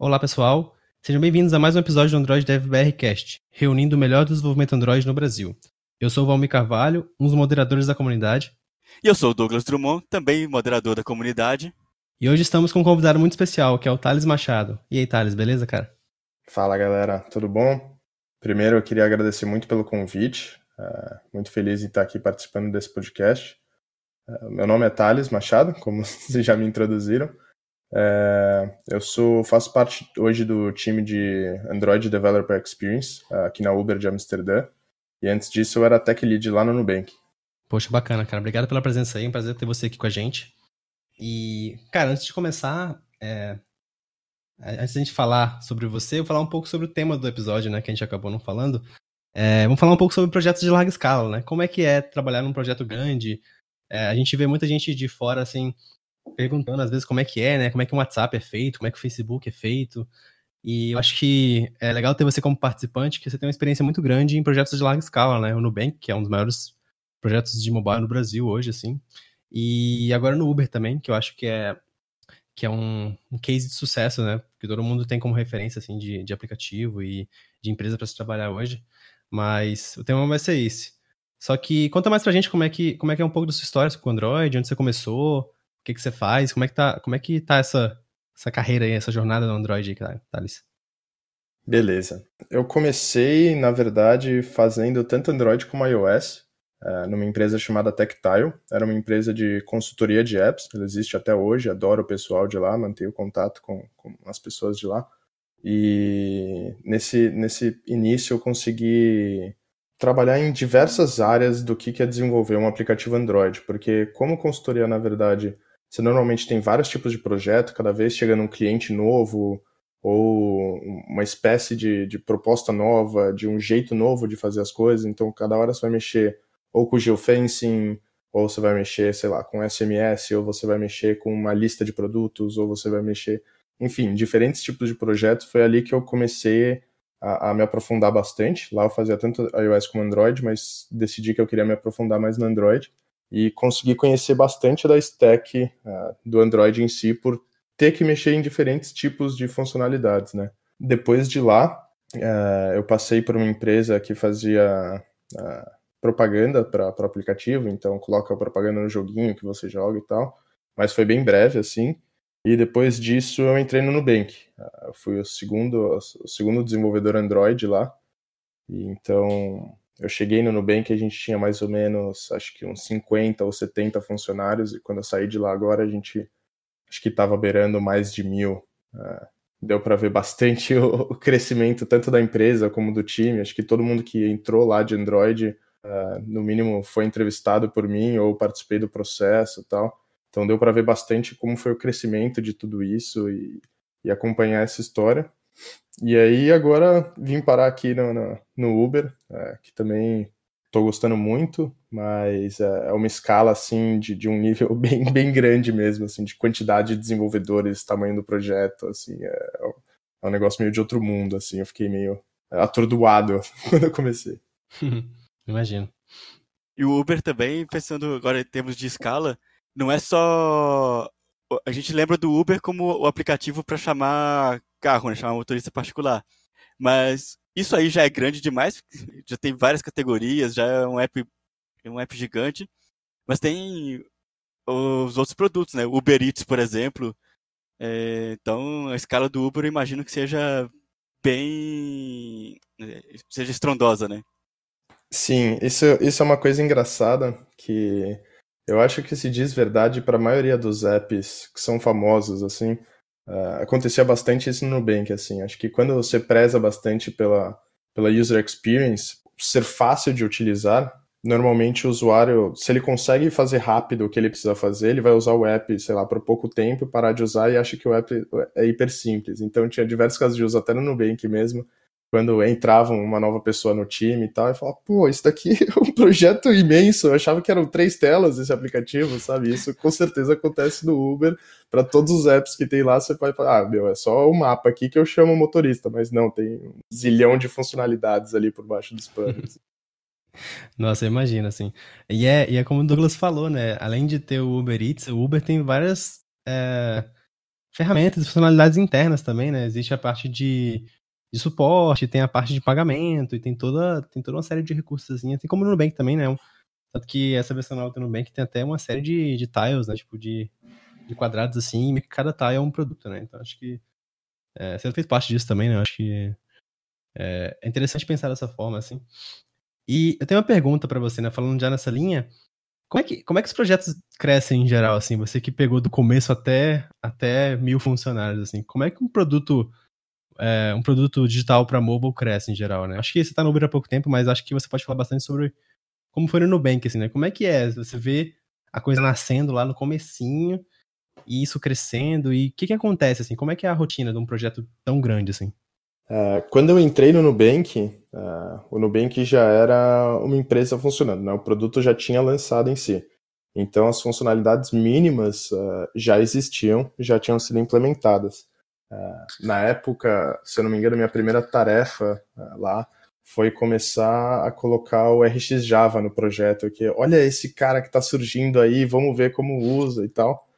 Olá pessoal, sejam bem-vindos a mais um episódio do Android Dev BRcast, reunindo o melhor do desenvolvimento Android no Brasil. Eu sou o Valmir Carvalho, um dos moderadores da comunidade. E eu sou o Douglas Drummond, também moderador da comunidade. E hoje estamos com um convidado muito especial, que é o Thales Machado. E aí, Thales, beleza, cara? Fala, galera, tudo bom? Primeiro, eu queria agradecer muito pelo convite. Muito feliz em estar aqui participando desse podcast. Meu nome é Thales Machado, como vocês já me introduziram. Eu faço parte hoje do time de Android Developer Experience, aqui na Uber de Amsterdã. E antes disso, eu era Tech Lead lá no Nubank. Poxa, bacana, cara. Obrigado pela presença aí, é um prazer ter você aqui com a gente. E, cara, antes de começar, antes da gente falar sobre você, eu vou falar um pouco sobre o tema do episódio, né, que a gente acabou não falando. Vamos falar um pouco sobre projetos de larga escala, né? Como é que é trabalhar num projeto grande? A gente vê muita gente de fora, assim, perguntando às vezes como é que é, né? Como é que o WhatsApp é feito, como é que o Facebook é feito. E eu acho que é legal ter você como participante, que você tem uma experiência muito grande em projetos de larga escala, né? O Nubank, que é um dos maiores projetos de mobile no Brasil hoje, assim. E agora no Uber também, que eu acho que é um case de sucesso, né? Porque todo mundo tem como referência, assim, de aplicativo e de empresa para se trabalhar hoje. Mas o tema vai ser esse. Só que conta mais pra gente como é que é um pouco da sua história com o Android, onde você começou, o que você faz, como é que tá essa carreira aí, essa jornada no Android aí, Thales? Beleza. Eu comecei, na verdade, fazendo tanto Android como iOS, numa empresa chamada Tactile. Era uma empresa de consultoria de apps, ela existe até hoje, adoro o pessoal de lá, mantenho contato com as pessoas de lá. E nesse início eu consegui trabalhar em diversas áreas do que é desenvolver um aplicativo Android, porque como consultoria, na verdade, você normalmente tem vários tipos de projeto, cada vez chegando um cliente novo, ou uma espécie de proposta nova, de um jeito novo de fazer as coisas, então cada hora você vai mexer ou com geofencing, ou você vai mexer, sei lá, com SMS, ou você vai mexer com uma lista de produtos, ou você vai mexer, enfim, diferentes tipos de projetos. Foi ali que eu comecei a me aprofundar bastante. Lá eu fazia tanto iOS como Android, mas decidi que eu queria me aprofundar mais no Android e consegui conhecer bastante da stack do Android em si por ter que mexer em diferentes tipos de funcionalidades, né? Depois de lá, eu passei por uma empresa que fazia propaganda para o aplicativo, então coloca a propaganda no joguinho que você joga e tal, mas foi bem breve, assim. E depois disso eu entrei no Nubank. Eu fui o segundo desenvolvedor Android lá. E então eu cheguei no Nubank, a gente tinha mais ou menos, acho que uns 50 ou 70 funcionários, e quando eu saí de lá agora, a gente acho que estava beirando mais de 1.000. Deu para ver bastante o crescimento tanto da empresa como do time. Acho que todo mundo que entrou lá de Android, no mínimo, foi entrevistado por mim ou participei do processo e tal. Então deu para ver bastante como foi o crescimento de tudo isso e acompanhar essa história. E aí agora vim parar aqui no Uber, que também estou gostando muito, mas é uma escala assim de um nível bem grande mesmo, assim, de quantidade de desenvolvedores, tamanho do projeto, assim, é um negócio meio de outro mundo, assim, eu fiquei meio atordoado quando eu comecei. Imagino. E o Uber também, pensando agora em termos de escala, não é só. A gente lembra do Uber como o aplicativo para chamar carro, né? Chamar motorista particular. Mas isso aí já é grande demais, já tem várias categorias, já é um app gigante. Mas tem os outros produtos, né? Uber Eats, por exemplo. Então, a escala do Uber eu imagino que seja seja estrondosa, né? Sim, isso é uma coisa engraçada que eu acho que se diz verdade para a maioria dos apps que são famosos, assim. Acontecia bastante isso no Nubank, assim. Acho que quando você preza bastante pela user experience, ser fácil de utilizar, normalmente o usuário, se ele consegue fazer rápido o que ele precisa fazer, ele vai usar o app, sei lá, por pouco tempo, parar de usar e acha que o app é hiper simples. Então tinha diversos casos de uso até no Nubank mesmo, quando entrava uma nova pessoa no time e tal, e falava, pô, isso daqui é um projeto imenso, eu achava que eram 3 telas esse aplicativo, sabe? Isso com certeza acontece no Uber, para todos os apps que tem lá, você vai falar, é só o mapa aqui que eu chamo o motorista, mas não, tem um zilhão de funcionalidades ali por baixo dos panos. Nossa, imagina, assim. E é como o Douglas falou, né? Além de ter o Uber Eats, o Uber tem várias ferramentas e funcionalidades internas também, né? Existe a parte de suporte, tem a parte de pagamento e tem toda uma série de recursos assim, assim como no Nubank também, né? Tanto que essa versão nova do Nubank tem até uma série de tiles, né? Tipo, de quadrados assim, e meio que cada tile é um produto, né? Então acho que você fez parte disso também, né? Eu acho que é interessante pensar dessa forma, assim. E eu tenho uma pergunta pra você, né? Falando já nessa linha, como é que os projetos crescem em geral, assim? Você que pegou do começo até 1.000 funcionários, assim. Como é que um produto digital para mobile cresce em geral, né? Acho que você tá no Uber há pouco tempo, mas acho que você pode falar bastante sobre como foi no Nubank, assim, né? Como é que é? Você vê a coisa nascendo lá no comecinho e isso crescendo e o que acontece, assim? Como é que é a rotina de um projeto tão grande, assim? Quando eu entrei no Nubank, o Nubank já era uma empresa funcionando, né? O produto já tinha lançado em si. Então, as funcionalidades mínimas já existiam, já tinham sido implementadas. Na época, se eu não me engano, minha primeira tarefa lá foi começar a colocar o RX Java no projeto, que olha esse cara que está surgindo aí, vamos ver como usa e tal.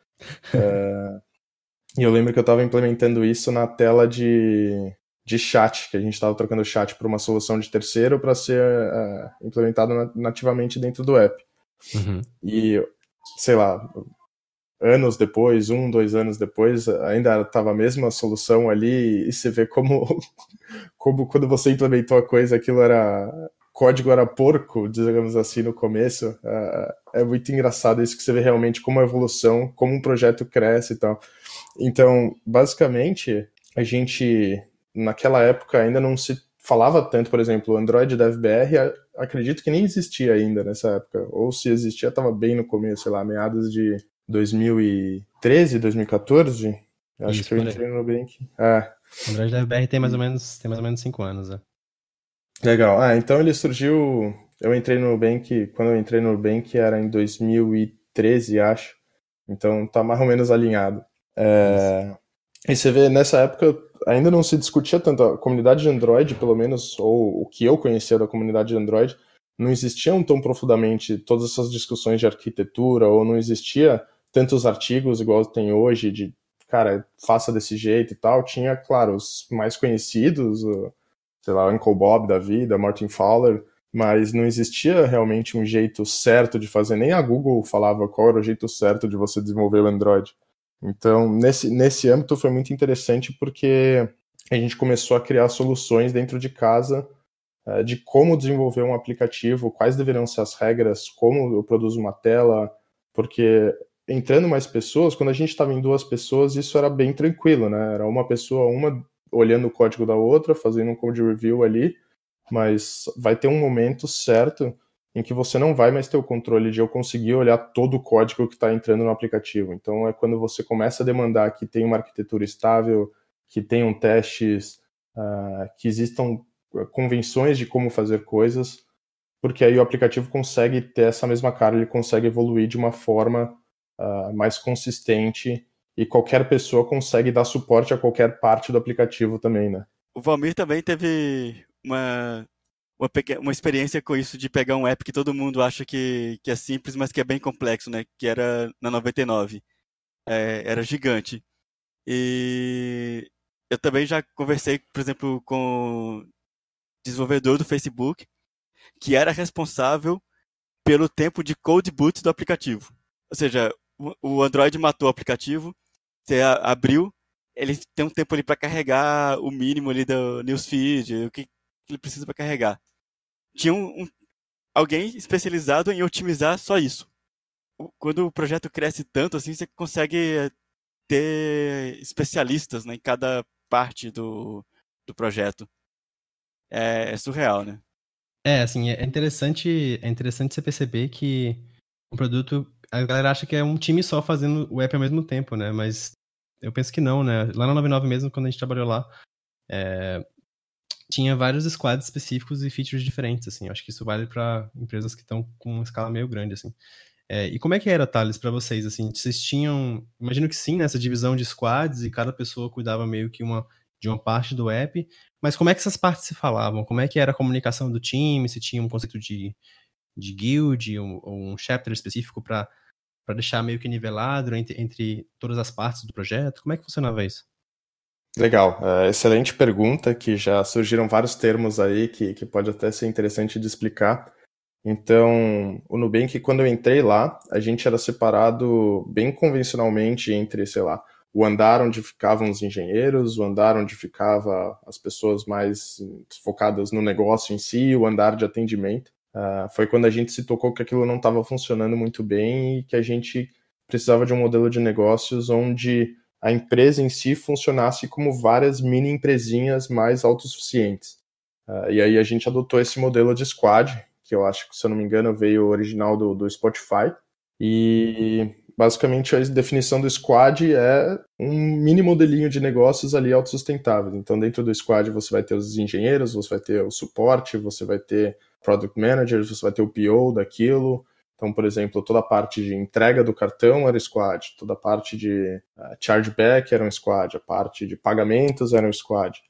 E eu lembro que eu estava implementando isso na tela de chat, que a gente estava trocando chat para uma solução de terceiro para ser implementado nativamente dentro do app. Uhum. E, sei lá, anos depois, 2 anos depois, ainda estava a mesma solução ali, e você vê como quando você implementou a coisa, código era porco, digamos assim, no começo. É muito engraçado isso, que você vê realmente como a evolução, como um projeto cresce e tal. Então, basicamente, a gente, naquela época, ainda não se falava tanto, por exemplo, o Android DevBR, acredito que nem existia ainda nessa época, ou se existia, estava bem no começo, sei lá, meados de 2013, 2014, acho Isso, que eu por aí. entrei no Nubank. O Android DevBR tem mais ou menos 5 anos, né? Legal. Então ele surgiu, quando eu entrei no Nubank era em 2013, acho, então tá mais ou menos alinhado. Isso. E você vê, nessa época ainda não se discutia tanto, a comunidade de Android, pelo menos, ou o que eu conhecia da comunidade de Android, não existiam tão profundamente todas essas discussões de arquitetura, ou não existia tantos artigos igual tem hoje, de, cara, faça desse jeito e tal. Tinha, claro, os mais conhecidos, sei lá, o Uncle Bob da vida, Martin Fowler, mas não existia realmente um jeito certo de fazer, nem a Google falava qual era o jeito certo de você desenvolver o Android. Então, nesse âmbito foi muito interessante porque a gente começou a criar soluções dentro de casa de como desenvolver um aplicativo, quais deveriam ser as regras, como eu produzo uma tela, porque entrando mais pessoas, quando a gente estava em 2 pessoas, isso era bem tranquilo, né? Era uma pessoa, uma olhando o código da outra, fazendo um code review ali, mas vai ter um momento certo em que você não vai mais ter o controle de eu conseguir olhar todo o código que está entrando no aplicativo. Então é quando você começa a demandar que tenha uma arquitetura estável, que tenham testes, que existam convenções de como fazer coisas, porque aí o aplicativo consegue ter essa mesma cara, ele consegue evoluir de uma forma mais consistente e qualquer pessoa consegue dar suporte a qualquer parte do aplicativo também, né? O Valmir também teve uma experiência com isso de pegar um app que todo mundo acha que é simples, mas que é bem complexo, né? Que era na 99. Era gigante. E eu também já conversei, por exemplo, com o desenvolvedor do Facebook, que era responsável pelo tempo de code boot do aplicativo. Ou seja, o Android matou o aplicativo, você abriu, ele tem um tempo ali para carregar o mínimo ali do newsfeed, o que ele precisa para carregar. Tinha alguém especializado em otimizar só isso. Quando o projeto cresce tanto assim, você consegue ter especialistas, né, em cada parte do projeto. É surreal, né? Assim, é interessante você perceber que um produto, a galera acha que é um time só fazendo o app ao mesmo tempo, né? Mas eu penso que não, né? Lá na 99 mesmo, quando a gente trabalhou lá, tinha vários squads específicos e features diferentes, assim. Eu acho que isso vale para empresas que estão com uma escala meio grande, assim. E como é que era, Thales, para vocês, assim? Vocês tinham, imagino que sim, né, essa divisão de squads e cada pessoa cuidava meio que de uma parte do app, mas como é que essas partes se falavam? Como é que era a comunicação do time? Se tinha um conceito de guild ou um chapter específico para deixar meio que nivelado entre todas as partes do projeto? Como é que funcionava isso? Legal, excelente pergunta, que já surgiram vários termos aí que pode até ser interessante de explicar. Então, o Nubank, quando eu entrei lá, a gente era separado bem convencionalmente entre, sei lá, o andar onde ficavam os engenheiros, o andar onde ficava as pessoas mais focadas no negócio em si, o andar de atendimento. Foi quando a gente se tocou que aquilo não estava funcionando muito bem e que a gente precisava de um modelo de negócios onde a empresa em si funcionasse como várias mini empresinhas mais autossuficientes. E aí a gente adotou esse modelo de squad, que eu acho que, se eu não me engano, veio original do Spotify. E basicamente a definição do squad é um mini modelinho de negócios ali autossustentáveis. Então, dentro do squad você vai ter os engenheiros, você vai ter o suporte, você vai ter product managers, você vai ter o PO daquilo. Então, por exemplo, toda a parte de entrega do cartão era squad, toda a parte de chargeback era um squad, a parte de pagamentos era um squad.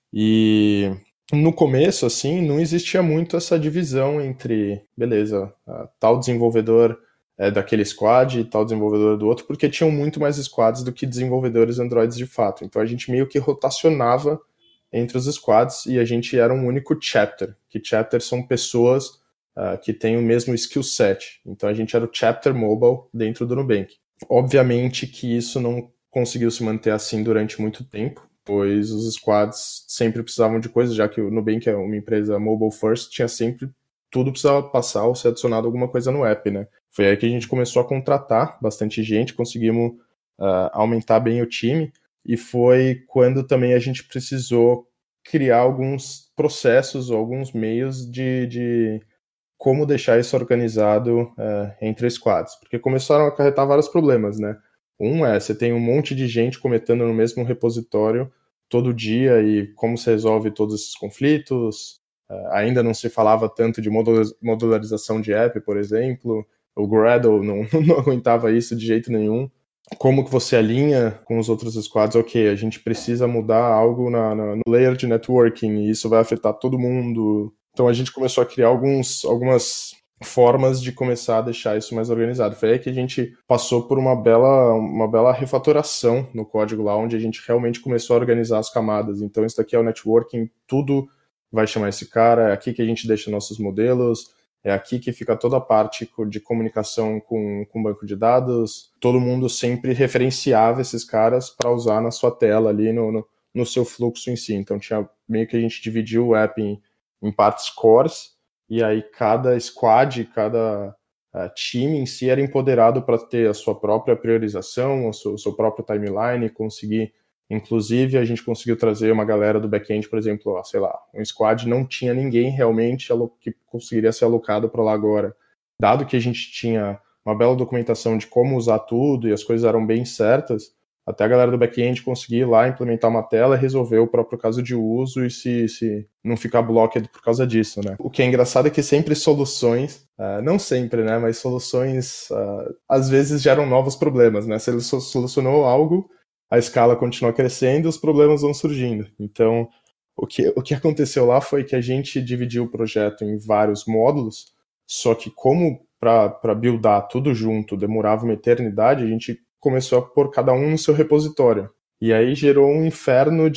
E no começo, assim, não existia muito essa divisão entre, beleza, tal desenvolvedor é daquele squad e tal desenvolvedor do outro, porque tinham muito mais squads do que desenvolvedores Androids de fato. Então a gente meio que rotacionava entre os squads e a gente era um único chapter, que chapters são pessoas que têm o mesmo skill set. Então a gente era o chapter mobile dentro do Nubank. Obviamente que isso não conseguiu se manter assim durante muito tempo, pois os squads sempre precisavam de coisas, já que o Nubank é uma empresa mobile first, tinha sempre tudo precisava passar ou ser adicionado alguma coisa no app, né? Foi aí que a gente começou a contratar bastante gente, conseguimos aumentar bem o time, e foi quando também a gente precisou criar alguns processos ou alguns meios de como deixar isso organizado entre squads, porque começaram a acarretar vários problemas, né? Você tem um monte de gente cometendo no mesmo repositório todo dia, e como se resolve todos esses conflitos? Ainda não se falava tanto de modularização de app, por exemplo. O Gradle não aguentava isso de jeito nenhum. Como que você alinha com os outros squads? Ok, a gente precisa mudar algo no layer de networking, e isso vai afetar todo mundo. Então a gente começou a criar algumas formas de começar a deixar isso mais organizado. Foi aí que a gente passou por uma bela refatoração no código lá, onde a gente realmente começou a organizar as camadas. Então isso daqui é o networking, tudo vai chamar esse cara, é aqui que a gente deixa nossos modelos, é aqui que fica toda a parte de comunicação com o banco de dados. Todo mundo sempre referenciava esses caras para usar na sua tela ali no seu fluxo em si. Então tinha meio que a gente dividiu o app em partes cores, e aí cada squad, cada time em si era empoderado para ter a sua própria priorização, o seu próprio timeline, conseguir. Inclusive, a gente conseguiu trazer uma galera do back-end, por exemplo, sei lá, um squad não tinha ninguém realmente que conseguiria ser alocado para lá agora. Dado que a gente tinha uma bela documentação de como usar tudo e as coisas eram bem certas, até a galera do back-end conseguir ir lá, implementar uma tela, resolver o próprio caso de uso e se não ficar bloqueado por causa disso, né? O que é engraçado é que sempre soluções, não sempre, né, mas soluções às vezes geram novos problemas, né? Se ele solucionou algo, a escala continua crescendo e os problemas vão surgindo. Então, o que aconteceu lá foi que a gente dividiu o projeto em vários módulos, só que como para buildar tudo junto demorava uma eternidade, a gente começou a pôr cada um no seu repositório. E aí gerou um inferno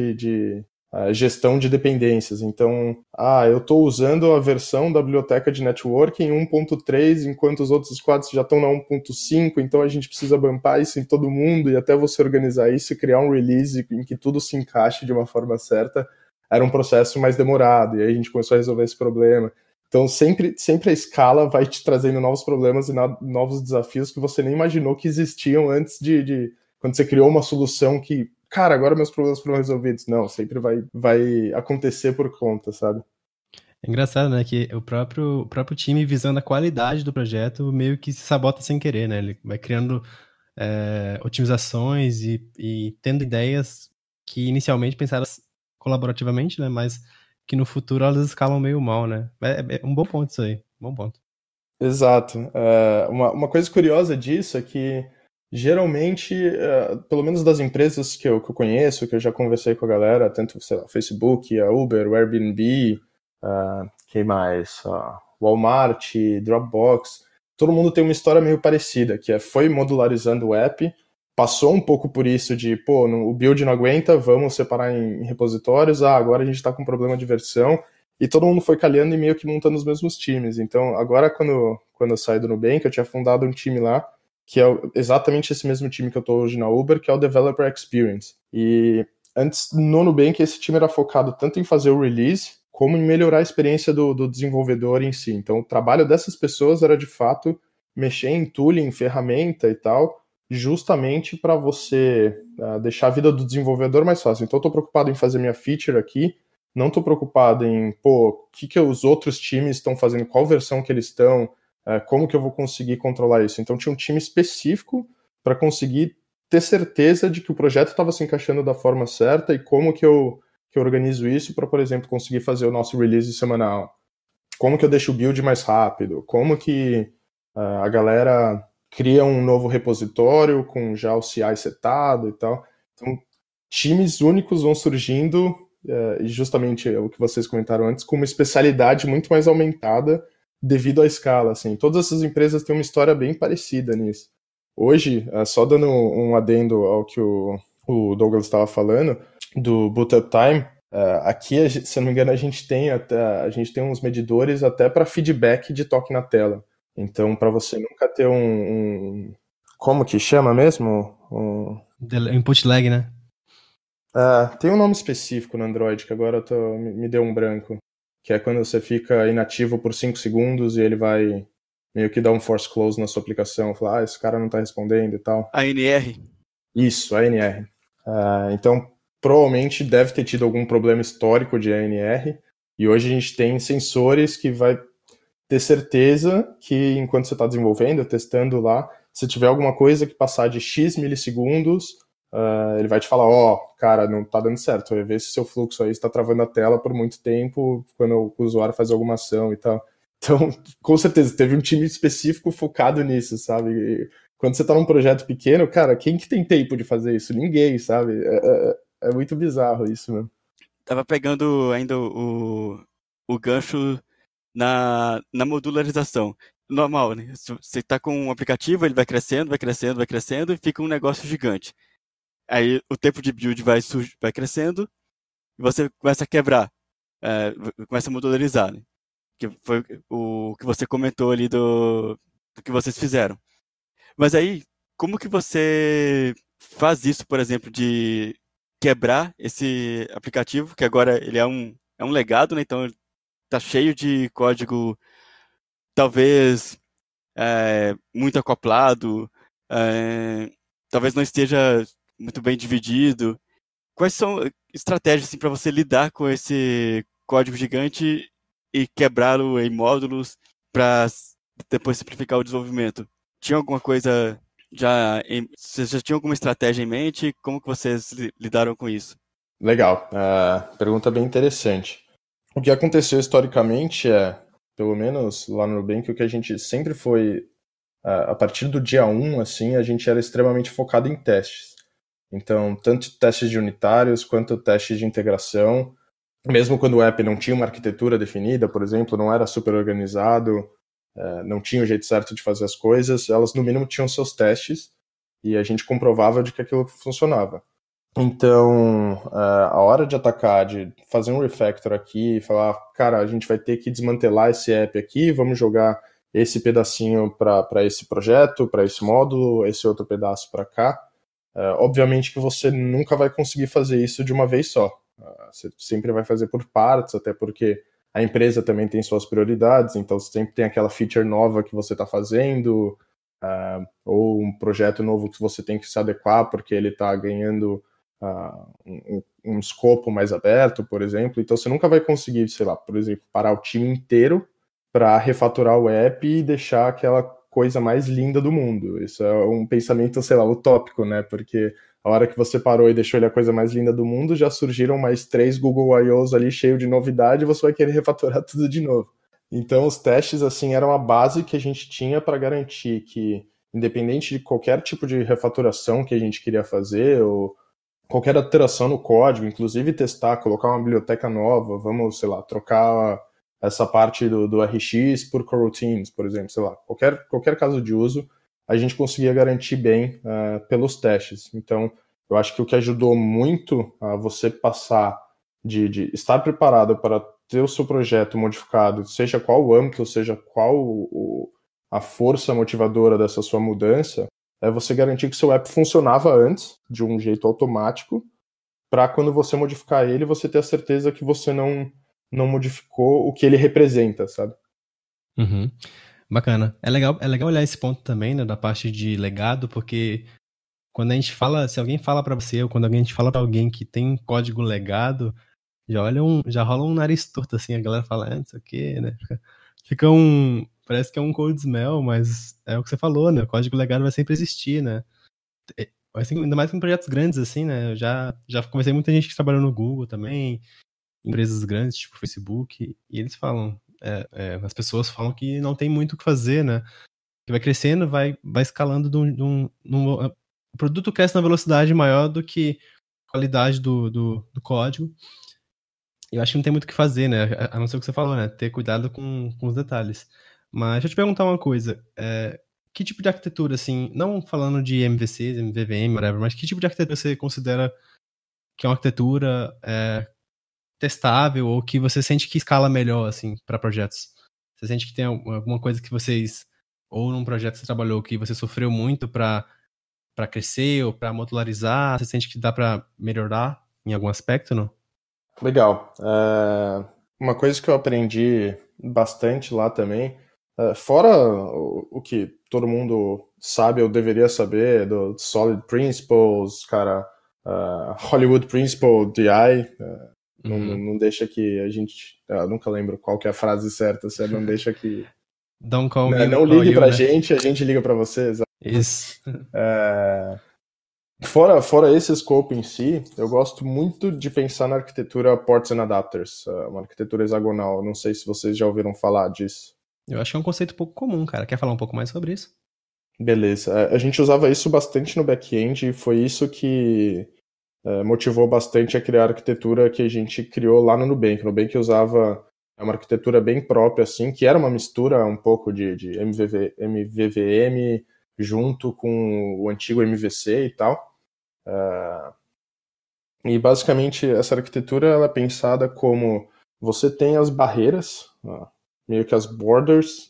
de gestão de dependências. Então, eu estou usando a versão da biblioteca de networking 1.3, enquanto os outros squads já estão na 1.5, então a gente precisa bumpar isso em todo mundo, e até você organizar isso e criar um release em que tudo se encaixe de uma forma certa, era um processo mais demorado, e aí a gente começou a resolver esse problema. Então, sempre a escala vai te trazendo novos problemas e novos desafios que você nem imaginou que existiam antes quando você criou uma solução que, cara, agora meus problemas foram resolvidos. Não, sempre vai acontecer por conta, sabe? É engraçado, né, que o próprio time, visando a qualidade do projeto, meio que se sabota sem querer, né? Ele vai criando otimizações e tendo ideias que inicialmente pensadas colaborativamente, né, mas que no futuro elas escalam meio mal, né? É um bom ponto isso aí, bom ponto. Exato. Uma coisa curiosa disso é que, geralmente, pelo menos das empresas que eu conheço, que eu já conversei com a galera, tanto, sei lá, Facebook, a Uber, o Airbnb, quem mais? Walmart, Dropbox, todo mundo tem uma história meio parecida, que foi modularizando o app, passou um pouco por isso de, o build não aguenta, vamos separar em repositórios, agora a gente está com problema de versão, e todo mundo foi calhando e meio que montando os mesmos times. Então, agora quando eu saí do Nubank, eu tinha fundado um time lá, que é exatamente esse mesmo time que eu estou hoje na Uber, que é o Developer Experience. E antes, no Nubank, esse time era focado tanto em fazer o release, como em melhorar a experiência do desenvolvedor em si. Então, o trabalho dessas pessoas era, de fato, mexer em tooling, ferramenta e tal, justamente para você deixar a vida do desenvolvedor mais fácil. Então, eu estou preocupado em fazer minha feature aqui, não estou preocupado em, o que os outros times estão fazendo, qual versão que eles estão, como que eu vou conseguir controlar isso. Então, tinha um time específico para conseguir ter certeza de que o projeto estava se encaixando da forma certa e como que eu organizo isso para, por exemplo, conseguir fazer o nosso release semanal. Como que eu deixo o build mais rápido? Como que a galera cria um novo repositório com já o CI setado e tal. Então, times únicos vão surgindo, e justamente o que vocês comentaram antes, com uma especialidade muito mais aumentada devido à escala. Assim. Todas essas empresas têm uma história bem parecida nisso. Hoje, só dando um adendo ao que o Douglas estava falando, do Boot Up Time, aqui, se eu não me engano, a gente tem uns medidores até para feedback de toque na tela. Então, para você nunca ter como que chama mesmo? Input lag, né? Tem um nome específico no Android, que agora me deu um branco, que é quando você fica inativo por 5 segundos e ele vai meio que dar um force close na sua aplicação, falar, esse cara não está respondendo e tal. ANR. Isso, ANR. Então, provavelmente deve ter tido algum problema histórico de ANR, e hoje a gente tem sensores que vai ter certeza que enquanto você está desenvolvendo, testando lá, se tiver alguma coisa que passar de X milissegundos, ele vai te falar, cara, não está dando certo, vai ver se seu fluxo aí está travando a tela por muito tempo, quando o usuário faz alguma ação e tal. Então, com certeza, teve um time específico focado nisso, sabe? E quando você está num projeto pequeno, cara, quem que tem tempo de fazer isso? Ninguém, sabe? É muito bizarro isso, mano. Tava pegando ainda o gancho na modularização. Normal, né? Você tá com um aplicativo, ele vai crescendo, vai crescendo, vai crescendo e fica um negócio gigante. Aí o tempo de build vai crescendo e você começa a quebrar, começa a modularizar, né? Que foi o que você comentou ali do que vocês fizeram. Mas aí, como que você faz isso, por exemplo, de quebrar esse aplicativo, que agora ele é um legado, né? Então ele tá cheio de código, talvez muito acoplado, talvez não esteja muito bem dividido. Quais são estratégias assim, para você lidar com esse código gigante e quebrá-lo em módulos para depois simplificar o desenvolvimento? Tinha alguma coisa vocês já tinham alguma estratégia em mente? Como que vocês lidaram com isso? Legal, pergunta bem interessante. O que aconteceu historicamente pelo menos lá no Nubank, o que a gente sempre foi, a partir do dia 1, assim, a gente era extremamente focado em testes. Então, tanto testes de unitários quanto testes de integração. Mesmo quando o app não tinha uma arquitetura definida, por exemplo, não era super organizado, não tinha o jeito certo de fazer as coisas, elas no mínimo tinham seus testes e a gente comprovava de que aquilo funcionava. Então, a hora de atacar, de fazer um refactor aqui, falar, cara, a gente vai ter que desmantelar esse app aqui, vamos jogar esse pedacinho para esse projeto, para esse módulo, esse outro pedaço para cá. Obviamente que você nunca vai conseguir fazer isso de uma vez só. Você sempre vai fazer por partes, até porque a empresa também tem suas prioridades, então você sempre tem aquela feature nova que você está fazendo, ou um projeto novo que você tem que se adequar porque ele está ganhando um escopo mais aberto, por exemplo. Então você nunca vai conseguir, sei lá, por exemplo, parar o time inteiro para refatorar o app e deixar aquela coisa mais linda do mundo. Isso é um pensamento, sei lá, utópico, né? Porque a hora que você parou e deixou ele a coisa mais linda do mundo, já surgiram mais 3 Google I.O.s ali cheio de novidade e você vai querer refatorar tudo de novo. Então os testes, assim, eram a base que a gente tinha para garantir que, independente de qualquer tipo de refaturação que a gente queria fazer, ou qualquer alteração no código, inclusive testar, colocar uma biblioteca nova, vamos, sei lá, trocar essa parte do RX por coroutines, por exemplo, sei lá, qualquer caso de uso, a gente conseguia garantir bem pelos testes. Então, eu acho que o que ajudou muito a você passar de estar preparado para ter o seu projeto modificado, seja qual o âmbito, seja qual a força motivadora dessa sua mudança, é você garantir que seu app funcionava antes, de um jeito automático, para quando você modificar ele, você ter a certeza que você não modificou o que ele representa, sabe? Uhum. Bacana. É legal olhar esse ponto também, né, da parte de legado, porque quando a gente fala, se alguém fala pra você, ou quando a gente fala pra alguém que tem código legado, já rola um nariz torto, assim, a galera fala, não sei o quê, né? Parece que é um cold smell, mas é o que você falou, né? O código legado vai sempre existir, né? Assim, ainda mais com projetos grandes, assim, né? Eu já conversei com muita gente que trabalhou no Google também, empresas grandes, tipo Facebook, e eles falam, as pessoas falam que não tem muito o que fazer, né? Que vai crescendo, vai escalando o produto cresce na velocidade maior do que a qualidade do código. Eu acho que não tem muito o que fazer, né? A não ser o que você falou, né? Ter cuidado com os detalhes. Mas deixa eu te perguntar uma coisa. Que tipo de arquitetura, assim, não falando de MVCs, MVVM, whatever, mas que tipo de arquitetura você considera que é uma arquitetura testável ou que você sente que escala melhor, assim, para projetos? Você sente que tem alguma coisa que vocês, ou num projeto que você trabalhou, que você sofreu muito para crescer ou para modularizar? Você sente que dá para melhorar em algum aspecto, não? Legal. Uma coisa que eu aprendi bastante lá também, fora o que todo mundo sabe ou deveria saber do Solid Principles, cara, Hollywood Principle, DI, não deixa que a gente... Eu nunca lembro qual que é a frase certa, você não deixa que... Don't call me, Não call ligue you, pra né? gente, a gente liga pra você. Isso. Fora esse scope em si, eu gosto muito de pensar na arquitetura Ports and Adapters, uma arquitetura hexagonal. Não sei se vocês já ouviram falar disso. Eu acho que é um conceito pouco comum, cara. Quer falar um pouco mais sobre isso? Beleza. A gente usava isso bastante no back-end e foi isso que motivou bastante a criar a arquitetura que a gente criou lá no Nubank. O Nubank usava uma arquitetura bem própria, assim, que era uma mistura um pouco de MVVM junto com o antigo MVC e tal. E basicamente essa arquitetura ela é pensada como você tem as barreiras, meio que as borders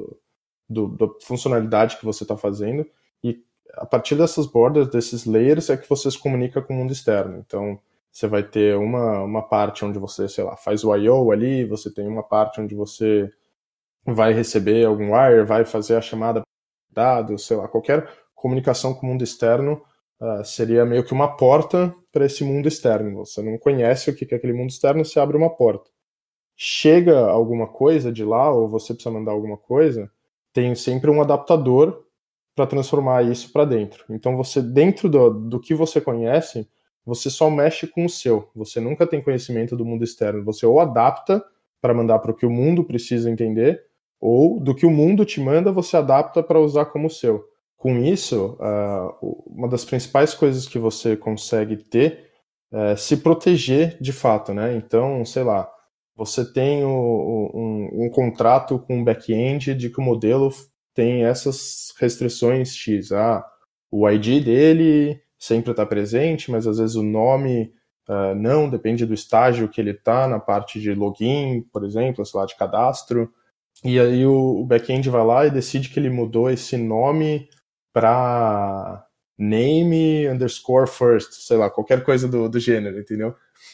da funcionalidade que você está fazendo, e a partir dessas borders, desses layers, é que você se comunica com o mundo externo. Então você vai ter uma parte onde você, sei lá, faz o I/O ali, você tem uma parte onde você vai receber algum wire, vai fazer a chamada de dados, sei lá, qualquer comunicação com o mundo externo seria meio que uma porta para esse mundo externo. Você não conhece o que é aquele mundo externo, você abre uma porta. Chega alguma coisa de lá, ou você precisa mandar alguma coisa, tem sempre um adaptador para transformar isso para dentro. Então você, dentro do que você conhece, você só mexe com o seu. Você nunca tem conhecimento do mundo externo. Você ou adapta para mandar para o que o mundo precisa entender, ou do que o mundo te manda, você adapta para usar como seu. Com isso, uma das principais coisas que você consegue ter é se proteger de fato, né? Então, sei lá, você tem um contrato com o back-end de que o modelo tem essas restrições X. O ID dele sempre está presente, mas às vezes o nome não, depende do estágio que ele está na parte de login, por exemplo, sei lá, de cadastro. E aí o back-end vai lá e decide que ele mudou esse nome para name underscore first, sei lá, qualquer coisa do gênero, entendeu?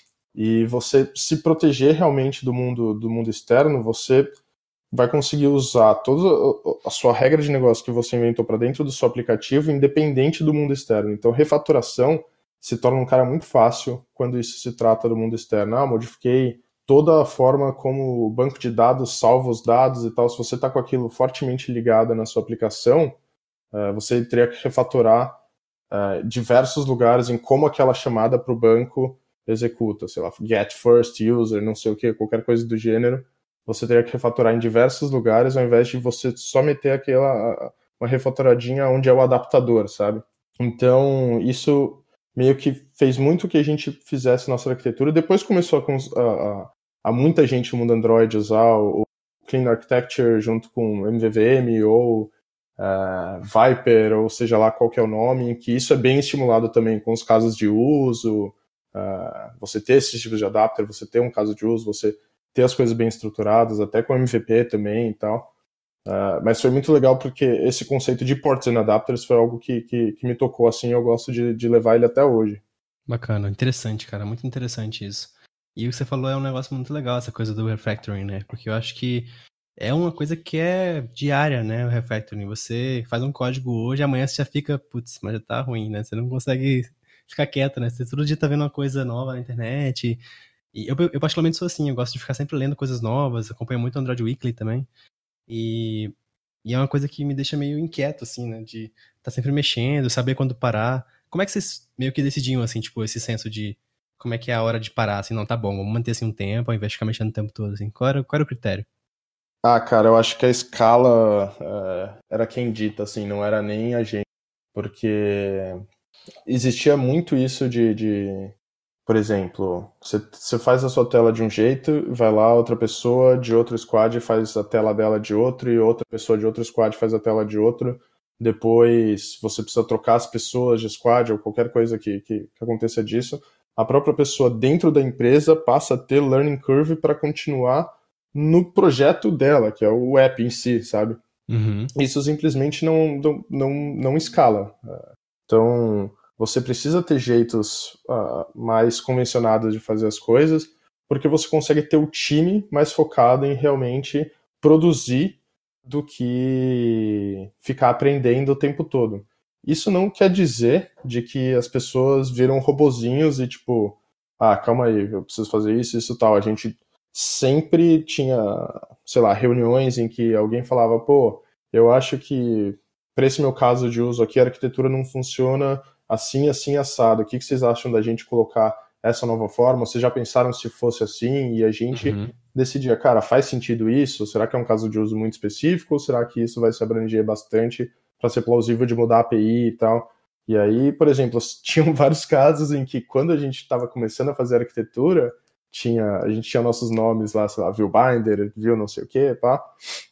E você se proteger realmente do mundo externo, você vai conseguir usar toda a sua regra de negócio que você inventou para dentro do seu aplicativo, independente do mundo externo. Então, refaturação se torna um cara muito fácil quando isso se trata do mundo externo. Modifiquei toda a forma como o banco de dados salva os dados e tal. Se você está com aquilo fortemente ligado na sua aplicação, você teria que refatorar diversos lugares em como aquela chamada para o banco executa, sei lá, get first user, não sei o que, qualquer coisa do gênero, você teria que refatorar em diversos lugares ao invés de você só meter uma refatoradinha onde é o adaptador, sabe? Então, isso meio que fez muito que a gente fizesse nossa arquitetura. Depois começou há muita gente no mundo Android usar o Clean Architecture junto com MVVM ou Viper, ou seja lá qual que é o nome, que isso é bem estimulado também com os casos de uso, você ter esses tipos de adapter, você ter um caso de uso, você ter as coisas bem estruturadas, até com MVP também e tal. Mas foi muito legal porque esse conceito de ports and adapters foi algo que me tocou assim, eu gosto de levar ele até hoje. Bacana, interessante, cara, muito interessante isso. E o que você falou é um negócio muito legal, essa coisa do refactoring, né? Porque eu acho que é uma coisa que é diária, né? O refactoring. Você faz um código hoje, amanhã você já fica, putz, mas já tá ruim, né? Você não consegue ficar quieto, né? Você todo dia tá vendo uma coisa nova na internet. E eu particularmente sou assim, eu gosto de ficar sempre lendo coisas novas, acompanho muito o Android Weekly também. E, e é uma coisa que me deixa meio inquieto, assim, né? De tá sempre mexendo, saber quando parar. Como é que vocês meio que decidiam, assim, tipo, esse senso de como é que é a hora de parar, assim, não, tá bom, vamos manter assim um tempo, ao invés de ficar mexendo o tempo todo, assim. Qual era o critério? Cara, eu acho que a escala era quem dita, assim, não era nem a gente, porque existia muito isso por exemplo, você faz a sua tela de um jeito, vai lá outra pessoa de outro squad faz a tela dela de outro, e outra pessoa de outro squad faz a tela de outro, depois você precisa trocar as pessoas de squad ou qualquer coisa que aconteça disso, a própria pessoa dentro da empresa passa a ter learning curve para continuar no projeto dela, que é o app em si, sabe? Uhum. Isso simplesmente não escala. Então, você precisa ter jeitos mais convencionados de fazer as coisas, porque você consegue ter o time mais focado em realmente produzir do que ficar aprendendo o tempo todo. Isso não quer dizer de que as pessoas viram robozinhos e tipo, calma aí, eu preciso fazer isso, isso tal. A gente sempre tinha, sei lá, reuniões em que alguém falava, pô, eu acho que para esse meu caso de uso aqui, a arquitetura não funciona assim, assim, assado. O que vocês acham da gente colocar essa nova forma? Vocês já pensaram se fosse assim? E a gente decidia, cara, faz sentido isso? Será que é um caso de uso muito específico? Ou será que isso vai se abranger bastante para ser plausível de mudar a API e tal? E aí, por exemplo, tinham vários casos em que quando a gente estava começando a fazer arquitetura, a gente tinha nossos nomes lá, sei lá, ViewBinder, View não sei o quê, pá.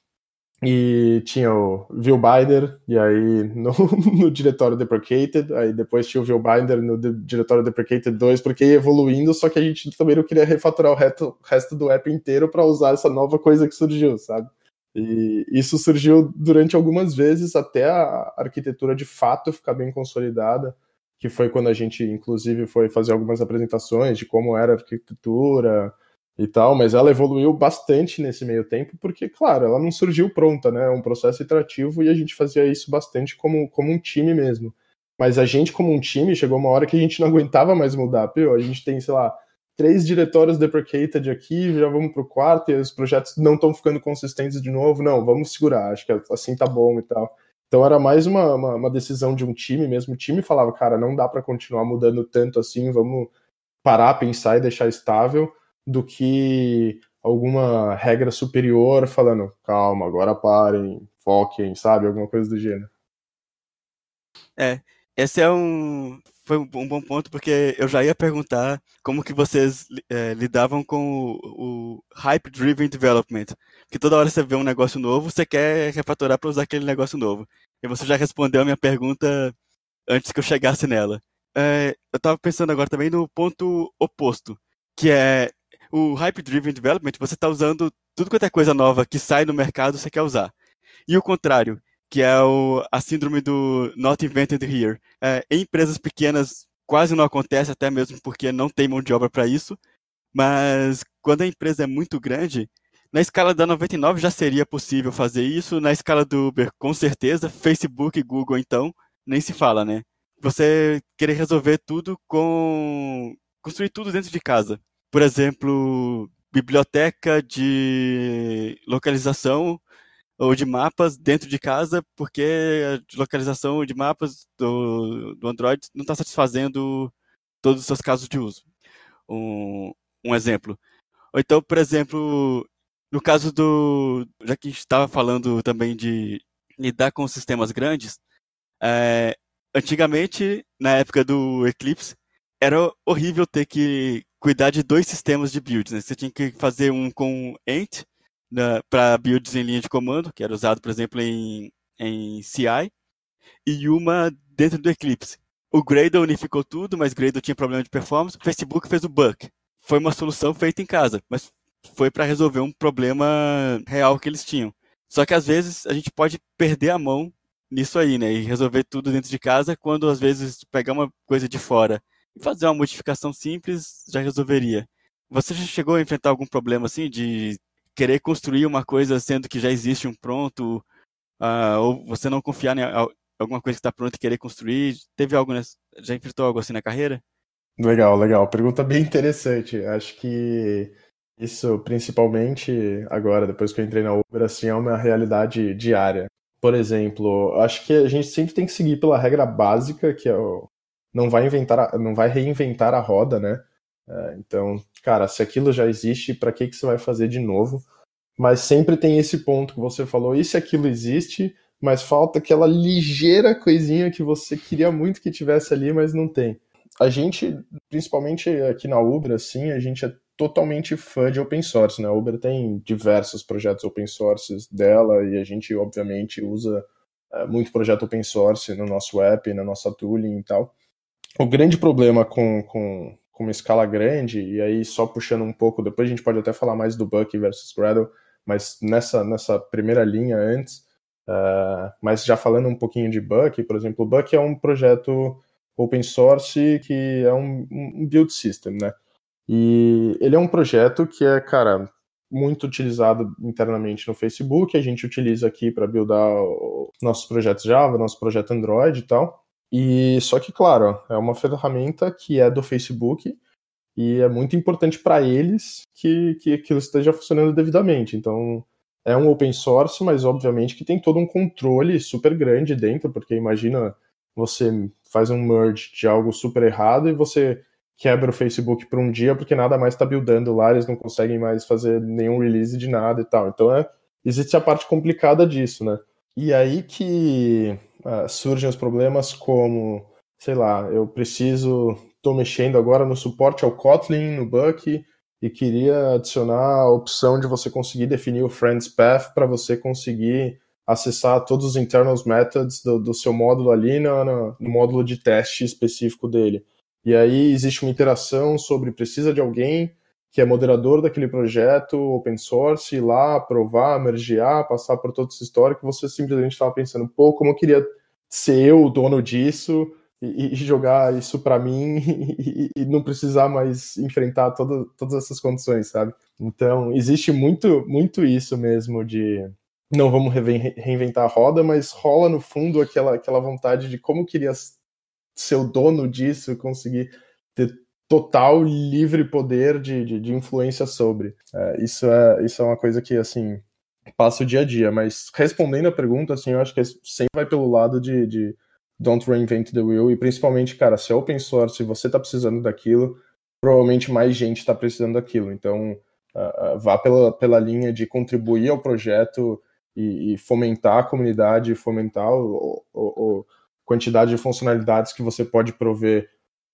E tinha o ViewBinder, e aí no diretório deprecated, aí depois tinha o ViewBinder no diretório deprecated 2, porque ia evoluindo, só que a gente também não queria refatorar o resto do app inteiro para usar essa nova coisa que surgiu, sabe? E isso surgiu durante algumas vezes até a arquitetura de fato ficar bem consolidada, que foi quando a gente, inclusive, foi fazer algumas apresentações de como era a arquitetura e tal, mas ela evoluiu bastante nesse meio tempo, porque, claro, ela não surgiu pronta, né? É um processo iterativo e a gente fazia isso bastante como um time mesmo. Mas a gente, como um time, chegou uma hora que a gente não aguentava mais mudar. Pô, a gente tem, sei lá, 3 diretórios deprecated aqui, já vamos pro quarto, e os projetos não estão ficando consistentes de novo. Não, vamos segurar, acho que assim tá bom e tal. Então era mais uma decisão de um time mesmo. O time falava, cara, não dá para continuar mudando tanto assim, vamos parar, pensar e deixar estável, do que alguma regra superior falando, calma, agora parem, foquem, sabe? Alguma coisa do gênero. Esse foi um bom ponto, porque eu já ia perguntar como que vocês lidavam com o hype-driven development. Porque toda hora você vê um negócio novo, você quer refatorar para usar aquele negócio novo. E você já respondeu a minha pergunta antes que eu chegasse nela. Eu estava pensando agora também no ponto oposto, que é o hype-driven development, você está usando tudo quanto é coisa nova que sai no mercado, você quer usar. E o contrário, que é a síndrome do not invented here. Em empresas pequenas quase não acontece, até mesmo porque não tem mão de obra para isso, mas quando a empresa é muito grande, na escala da 99 já seria possível fazer isso, na escala do Uber, com certeza, Facebook e Google, então, nem se fala, né? Você querer resolver tudo construir tudo dentro de casa. Por exemplo, biblioteca de localização ou de mapas dentro de casa, porque a localização de mapas do Android não está satisfazendo todos os seus casos de uso. Um exemplo. Ou então, por exemplo, no caso já que a gente estava falando também de lidar com sistemas grandes, antigamente, na época do Eclipse, era horrível ter que cuidar de 2 sistemas de builds, né? Você tinha que fazer um com Ant, para builds em linha de comando, que era usado, por exemplo, em CI, e uma dentro do Eclipse. O Gradle unificou tudo, mas Gradle tinha problema de performance. O Facebook fez o Buck. Foi uma solução feita em casa, mas foi para resolver um problema real que eles tinham. Só que às vezes a gente pode perder a mão nisso aí, né? E resolver tudo dentro de casa, quando às vezes pegar uma coisa de fora e fazer uma modificação simples já resolveria. Você já chegou a enfrentar algum problema assim de querer construir uma coisa sendo que já existe um pronto, ou você não confiar em alguma coisa que está pronta e querer construir? Teve algo já enfrentou algo assim na carreira? Legal, legal. Pergunta bem interessante. Acho que isso, principalmente agora, depois que eu entrei na Uber, assim, é uma realidade diária. Por exemplo, acho que a gente sempre tem que seguir pela regra básica, que é não vai não vai reinventar a roda, né? Então, cara, se aquilo já existe, para que você vai fazer de novo? Mas sempre tem esse ponto que você falou, e se aquilo existe, mas falta aquela ligeira coisinha que você queria muito que tivesse ali, mas não tem. A gente, principalmente aqui na Uber, assim, a gente é totalmente fã de open source, né? A Uber tem diversos projetos open source dela e a gente, obviamente, usa muito projeto open source no nosso app, na nossa tooling e tal. O grande problema com uma escala grande, e aí só puxando um pouco, depois a gente pode até falar mais do Buck versus Gradle, mas nessa primeira linha antes, mas já falando um pouquinho de Buck, por exemplo, o Buck é um projeto open source que é um build system, né? E ele é um projeto que é, cara, muito utilizado internamente no Facebook, a gente utiliza aqui para buildar nossos projetos Java, nosso projeto Android e tal. E só que, claro, é uma ferramenta que é do Facebook e é muito importante para eles que aquilo esteja funcionando devidamente. Então, é um open source, mas obviamente que tem todo um controle super grande dentro, porque imagina você faz um merge de algo super errado e você quebra o Facebook por um dia porque nada mais está buildando lá, eles não conseguem mais fazer nenhum release de nada e tal. Então, existe a parte complicada disso, né? E aí que surgem os problemas como, sei lá, estou mexendo agora no suporte ao Kotlin, no Buck, e queria adicionar a opção de você conseguir definir o Friends Path para você conseguir acessar todos os internals methods do seu módulo ali no módulo de teste específico dele. E aí existe uma interação sobre precisa de alguém que é moderador daquele projeto open source, ir lá, aprovar, mergear, passar por todo esse histórico, você simplesmente estava pensando, pô, como eu queria ser eu o dono disso e jogar isso para mim e não precisar mais enfrentar todas essas condições, sabe? Então, existe muito isso mesmo de não vamos reinventar a roda, mas rola no fundo aquela vontade de como eu queria ser o dono disso, conseguir ter total livre poder de influência sobre. Isso é uma coisa que, assim, passa o dia a dia, mas respondendo a pergunta, assim, eu acho que sempre vai pelo lado de don't reinvent the wheel, e principalmente, cara, se é open source e você tá precisando daquilo, provavelmente mais gente tá precisando daquilo, então vá pela linha de contribuir ao projeto e fomentar a comunidade, fomentar a quantidade de funcionalidades que você pode prover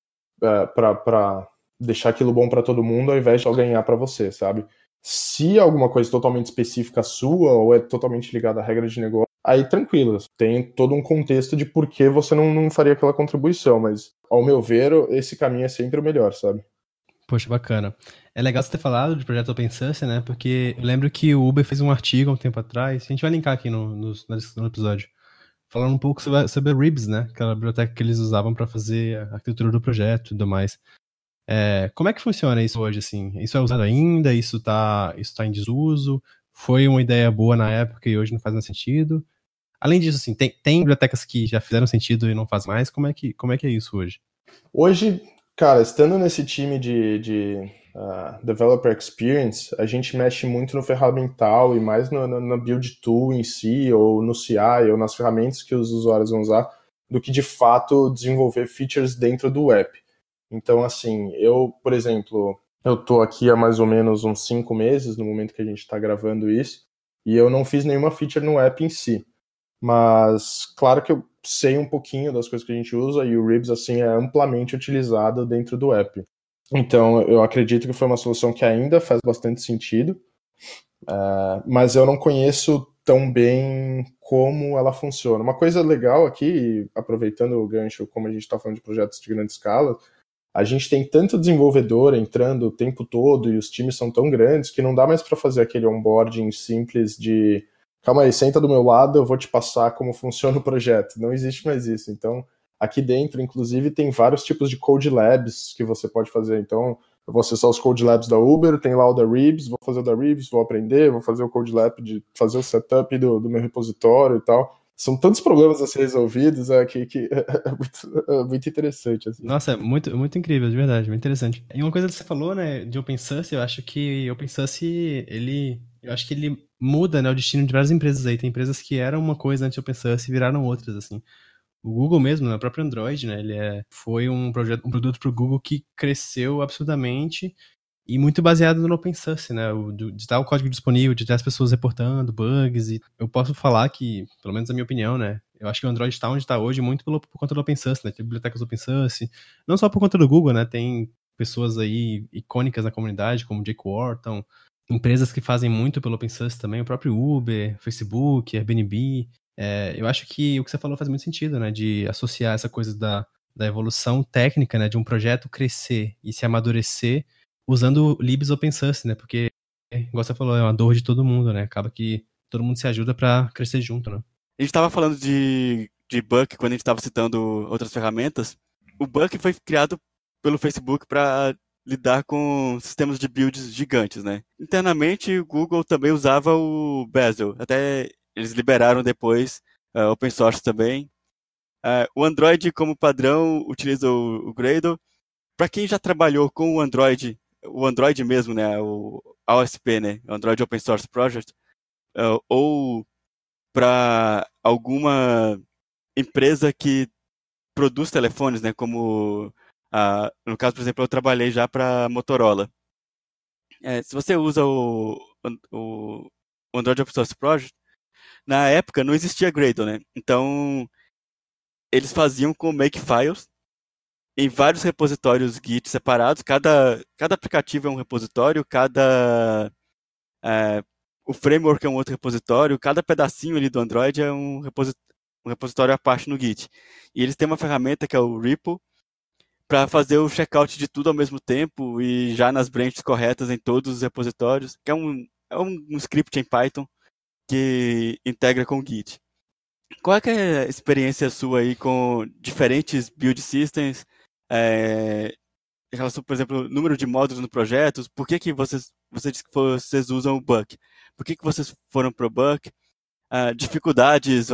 para deixar aquilo bom para todo mundo, ao invés de só ganhar para você, sabe? Se alguma coisa totalmente específica sua ou é totalmente ligada à regra de negócio, aí tranquilo, tem todo um contexto de por que você não faria aquela contribuição, mas ao meu ver, esse caminho é sempre o melhor, sabe? Poxa, bacana. É legal você ter falado de projeto open source, né? Porque eu lembro que o Uber fez um artigo há um tempo atrás, a gente vai linkar aqui na descrição do episódio, falando um pouco sobre a Ribs, né? Aquela biblioteca que eles usavam para fazer a arquitetura do projeto e tudo mais. Como é que funciona isso hoje, assim? Isso é usado ainda? Isso tá em desuso? Foi uma ideia boa na época e hoje não faz mais sentido? Além disso, assim, tem bibliotecas que já fizeram sentido e não faz mais? Como é que é isso hoje? Hoje, cara, estando nesse time de Developer Experience, a gente mexe muito no ferramental e mais no build tool em si, ou no CI, ou nas ferramentas que os usuários vão usar, do que de fato desenvolver features dentro do app. Então, assim, por exemplo, eu tô aqui há mais ou menos uns 5 meses, no momento que a gente está gravando isso, e eu não fiz nenhuma feature no app em si. Mas, claro que eu sei um pouquinho das coisas que a gente usa, e o Ribs, assim, é amplamente utilizado dentro do app. Então, eu acredito que foi uma solução que ainda faz bastante sentido, mas eu não conheço tão bem como ela funciona. Uma coisa legal aqui, aproveitando o gancho, como a gente está falando de projetos de grande escala, a gente tem tanto desenvolvedor entrando o tempo todo e os times são tão grandes que não dá mais para fazer aquele onboarding simples de calma aí, senta do meu lado, eu vou te passar como funciona o projeto. Não existe mais isso. Então, aqui dentro, inclusive, tem vários tipos de code labs que você pode fazer. Então, eu vou acessar os code labs da Uber, tem lá o da Ribs, vou fazer o da Ribs, vou aprender, vou fazer o code lab de fazer o setup do meu repositório e tal. São tantos problemas a ser resolvidos que muito interessante. Assim. Nossa, é muito, muito incrível, de verdade, muito interessante. E uma coisa que você falou, né, de Open Source, eu acho que Open Source, eu acho que ele muda, né, o destino de várias empresas aí. Tem empresas que eram uma coisa antes de Open Source e viraram outras, assim. O Google mesmo, né, o próprio Android, né, foi um produto para o Google que cresceu absurdamente e muito baseado no Open Source, né, de estar o código disponível, de ter as pessoas reportando bugs. E eu posso falar que, pelo menos a minha opinião, né, eu acho que o Android está onde está hoje muito por conta do Open Source, né, tem bibliotecas Open Source, não só por conta do Google, né, tem pessoas aí icônicas na comunidade, como Jake Wharton, empresas que fazem muito pelo Open Source também, o próprio Uber, Facebook, Airbnb. Eu acho que o que você falou faz muito sentido, né? De associar essa coisa da evolução técnica, né? De um projeto crescer e se amadurecer usando libs open source, né? Porque, igual você falou, é uma dor de todo mundo, né? Acaba que todo mundo se ajuda para crescer junto, né? A gente estava falando de Buck quando a gente estava citando outras ferramentas. O Buck foi criado pelo Facebook para lidar com sistemas de builds gigantes, né? Internamente, o Google também usava o Bazel. Até eles liberaram depois open source também. O Android, como padrão, utiliza o Gradle. Para quem já trabalhou com o Android mesmo, né? O AOSP, né? O Android Open Source Project, ou para alguma empresa que produz telefones, né? Como no caso, por exemplo, eu trabalhei já para Motorola. Se você usa o Android Open Source Project, na época não existia Gradle, né? Então eles faziam com Makefiles em vários repositórios Git separados. Cada aplicativo é um repositório, o framework é um outro repositório, cada pedacinho ali do Android é um repositório à parte no Git. E eles têm uma ferramenta que é o REPL para fazer o checkout de tudo ao mesmo tempo e já nas branches corretas em todos os repositórios, que é um script em Python que integra com o Git. Qual é, que é a experiência sua aí com diferentes build systems, em relação, por exemplo, número de módulos no projeto? Por que você disse que vocês usam o Buck? Por que vocês foram para o Buck? Dificuldades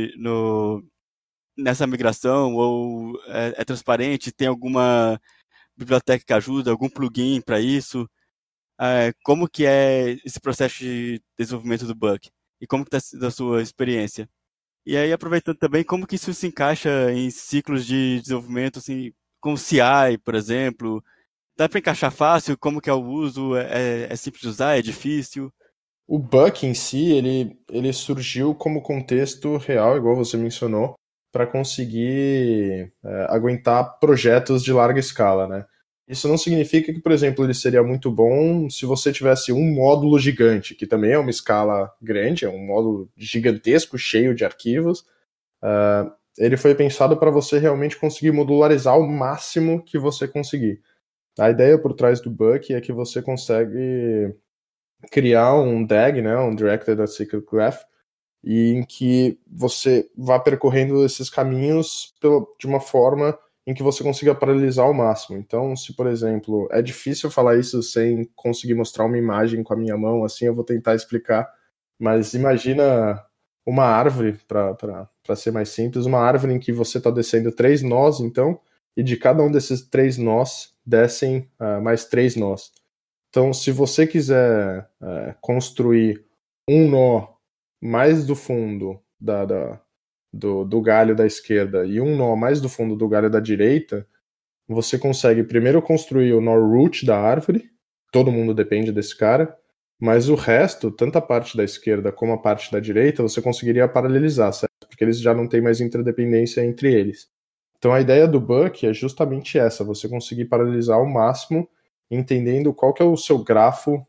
nessa migração, ou é transparente, tem alguma biblioteca que ajuda, algum plugin para isso? Como que é esse processo de desenvolvimento do Buck? E como que está sendo a sua experiência? E aí, aproveitando também, como que isso se encaixa em ciclos de desenvolvimento, assim, com CI, por exemplo? Dá para encaixar fácil? Como que é o uso? É simples de usar? É difícil? O Buck em si, ele surgiu como contexto real, igual você mencionou, para conseguir aguentar projetos de larga escala, né? Isso não significa que, por exemplo, ele seria muito bom se você tivesse um módulo gigante, que também é uma escala grande, é um módulo gigantesco, cheio de arquivos. Ele foi pensado para você realmente conseguir modularizar o máximo que você conseguir. A ideia por trás do Buck é que você consegue criar um DAG, né, um Directed Acyclic Graph, e em que você vá percorrendo esses caminhos de uma forma em que você consiga paralelizar ao máximo. Então, se, por exemplo, é difícil falar isso sem conseguir mostrar uma imagem com a minha mão, assim, eu vou tentar explicar, mas imagina uma árvore, para ser mais simples, uma árvore em que você está descendo 3 nós, então, e de cada um desses 3 nós descem mais 3 nós. Então, se você quiser construir um nó mais do fundo do galho da esquerda e um nó mais do fundo do galho da direita, você consegue primeiro construir o nó root da árvore, todo mundo depende desse cara, mas o resto, tanto a parte da esquerda como a parte da direita, você conseguiria paralelizar, certo? Porque eles já não têm mais interdependência entre eles. Então a ideia do Buck é justamente essa, você conseguir paralelizar ao máximo, entendendo qual que é o seu grafo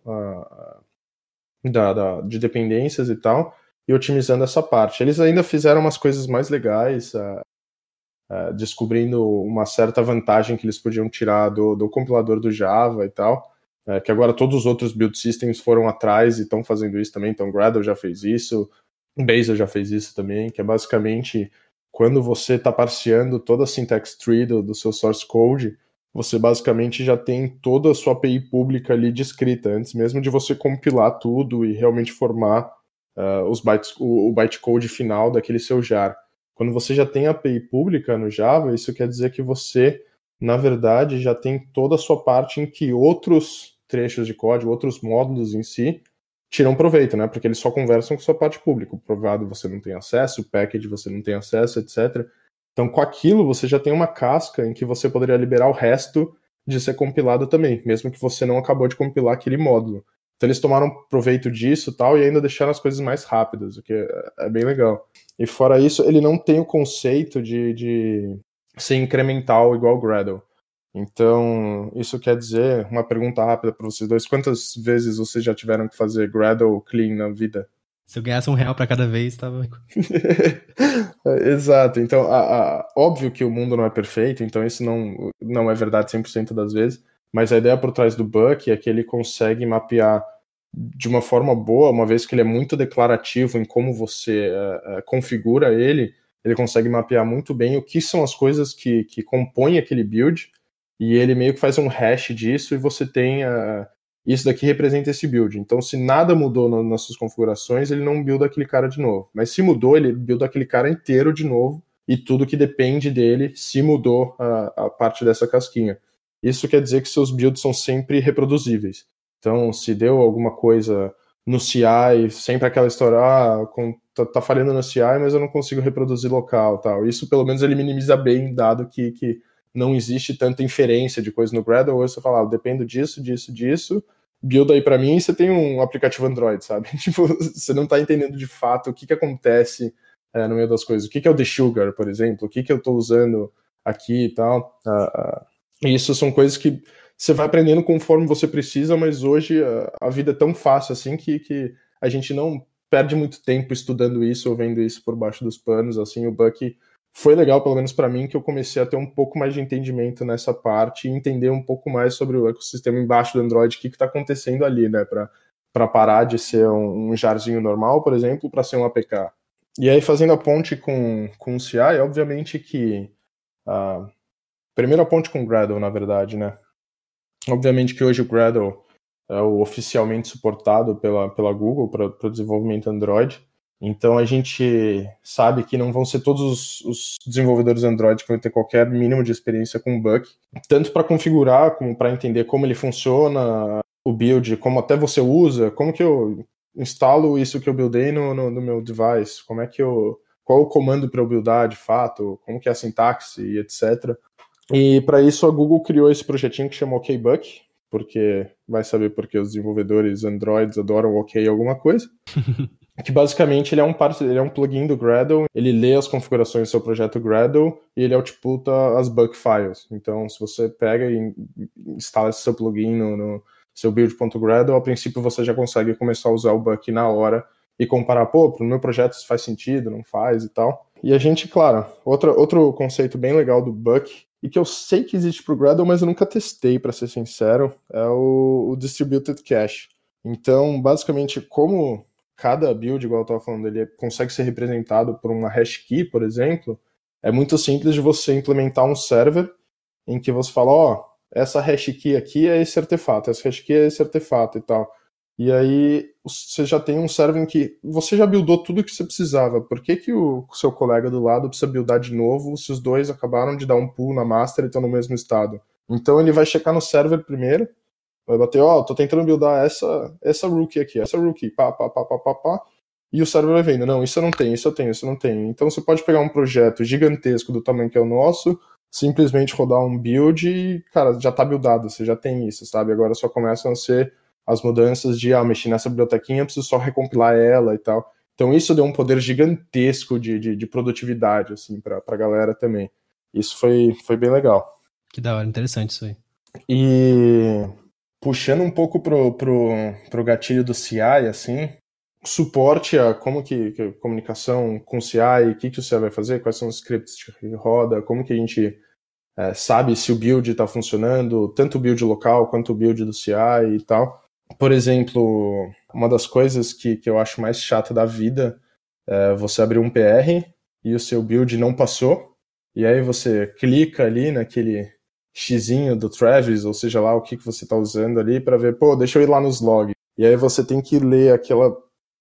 de dependências e tal, e otimizando essa parte. Eles ainda fizeram umas coisas mais legais, descobrindo uma certa vantagem que eles podiam tirar do compilador do Java e tal, que agora todos os outros build systems foram atrás e estão fazendo isso também. Então Gradle já fez isso, Bazel já fez isso também, que é basicamente quando você está parseando toda a syntax tree do seu source code, você basicamente já tem toda a sua API pública ali descrita, antes mesmo de você compilar tudo e realmente formar o bytecode final daquele seu jar. Quando você já tem a API pública no Java, isso quer dizer que você, na verdade, já tem toda a sua parte em que outros trechos de código, outros módulos em si, tiram proveito, né? Porque eles só conversam com sua parte pública. O provado você não tem acesso, o package você não tem acesso, etc. Então, com aquilo, você já tem uma casca em que você poderia liberar o resto de ser compilado também, mesmo que você não acabou de compilar aquele módulo. Então, eles tomaram proveito disso e tal, e ainda deixaram as coisas mais rápidas, o que é bem legal. E fora isso, ele não tem o conceito de ser incremental igual o Gradle. Então, isso quer dizer, uma pergunta rápida para vocês dois, quantas vezes vocês já tiveram que fazer Gradle clean na vida? Se eu ganhasse R$1 para cada vez, tava... Exato, então, óbvio que o mundo não é perfeito, então isso não é verdade 100% das vezes, mas a ideia por trás do Buck é que ele consegue mapear de uma forma boa, uma vez que ele é muito declarativo em como você configura ele consegue mapear muito bem o que são as coisas que compõem aquele build, e ele meio que faz um hash disso, e você tem isso daqui representa esse build. Então, se nada mudou nas suas configurações, ele não builda aquele cara de novo. Mas se mudou, ele builda aquele cara inteiro de novo, e tudo que depende dele, se mudou a parte dessa casquinha. Isso quer dizer que seus builds são sempre reproduzíveis. Então, se deu alguma coisa no CI, sempre aquela história, tá falhando no CI, mas eu não consigo reproduzir local, tal. Isso, pelo menos, ele minimiza bem, dado que não existe tanta inferência de coisa no Gradle, ou você fala, eu dependo disso, build aí pra mim, e você tem um aplicativo Android, sabe? Tipo, você não tá entendendo de fato o que acontece no meio das coisas. O que é o The Sugar, por exemplo? O que eu tô usando aqui e tal. E isso são coisas que você vai aprendendo conforme você precisa, mas hoje a vida é tão fácil assim que a gente não perde muito tempo estudando isso ou vendo isso por baixo dos panos. Assim, o Buck foi legal, pelo menos para mim, que eu comecei a ter um pouco mais de entendimento nessa parte e entender um pouco mais sobre o ecossistema embaixo do Android, o que está acontecendo ali, né, para parar de ser um jarzinho normal, por exemplo, para ser um APK. E aí, fazendo a ponte com o CI, obviamente que primeiro a ponte com o Gradle, na verdade, né? Obviamente que hoje o Gradle é o oficialmente suportado pela Google para o desenvolvimento Android. Então a gente sabe que não vão ser todos os desenvolvedores Android que vão ter qualquer mínimo de experiência com o Buck, tanto para configurar, como para entender como ele funciona, o build, como até você usa, como que eu instalo isso que eu buildei no meu device, qual o comando para eu buildar de fato, como que é a sintaxe e etc. E para isso a Google criou esse projetinho que chama OKBuck, porque vai saber porque os desenvolvedores Androids adoram OK alguma coisa. Que basicamente ele é um plugin do Gradle, ele lê as configurações do seu projeto Gradle e ele outputa as bug files. Então, se você pega e instala esse seu plugin no seu build.gradle, a princípio você já consegue começar a usar o Buck na hora e comparar, pro meu projeto isso faz sentido, não faz e tal. E a gente, claro, outro conceito bem legal do Buck, e que eu sei que existe pro Gradle, mas eu nunca testei, para ser sincero, é o Distributed Cache. Então, basicamente, como cada build, igual eu estava falando, ele consegue ser representado por uma hash key, por exemplo, é muito simples de você implementar um server em que você fala, essa hash key aqui é esse artefato, essa hash key é esse artefato e tal. E aí você já tem um server em que você já buildou tudo o que você precisava. Por que o seu colega do lado precisa buildar de novo se os dois acabaram de dar um pull na master e estão no mesmo estado? Então ele vai checar no server primeiro, vai bater, tô tentando buildar essa rookie aqui, essa rookie, pá, e o server vai vendo, não, isso eu não tenho, isso eu tenho, isso eu não tenho. Então você pode pegar um projeto gigantesco do tamanho que é o nosso, simplesmente rodar um build e, cara, já tá buildado, você já tem isso, sabe? Agora só começam a ser as mudanças de, mexer nessa bibliotequinha, preciso só recompilar ela e tal. Então isso deu um poder gigantesco de produtividade, assim, pra galera também. Isso foi bem legal. Que da hora, interessante isso aí. E puxando um pouco pro gatilho do CI, assim, suporte a como que comunicação com o CI, o que o CI vai fazer, quais são os scripts que roda, como que a gente sabe se o build está funcionando, tanto o build local quanto o build do CI e tal. Por exemplo, uma das coisas que eu acho mais chata da vida é você abrir um PR e o seu build não passou, e aí você clica ali naquele xizinho do Travis, ou seja lá o que você está usando ali, para ver, pô, deixa eu ir lá nos logs. E aí você tem que ler aquela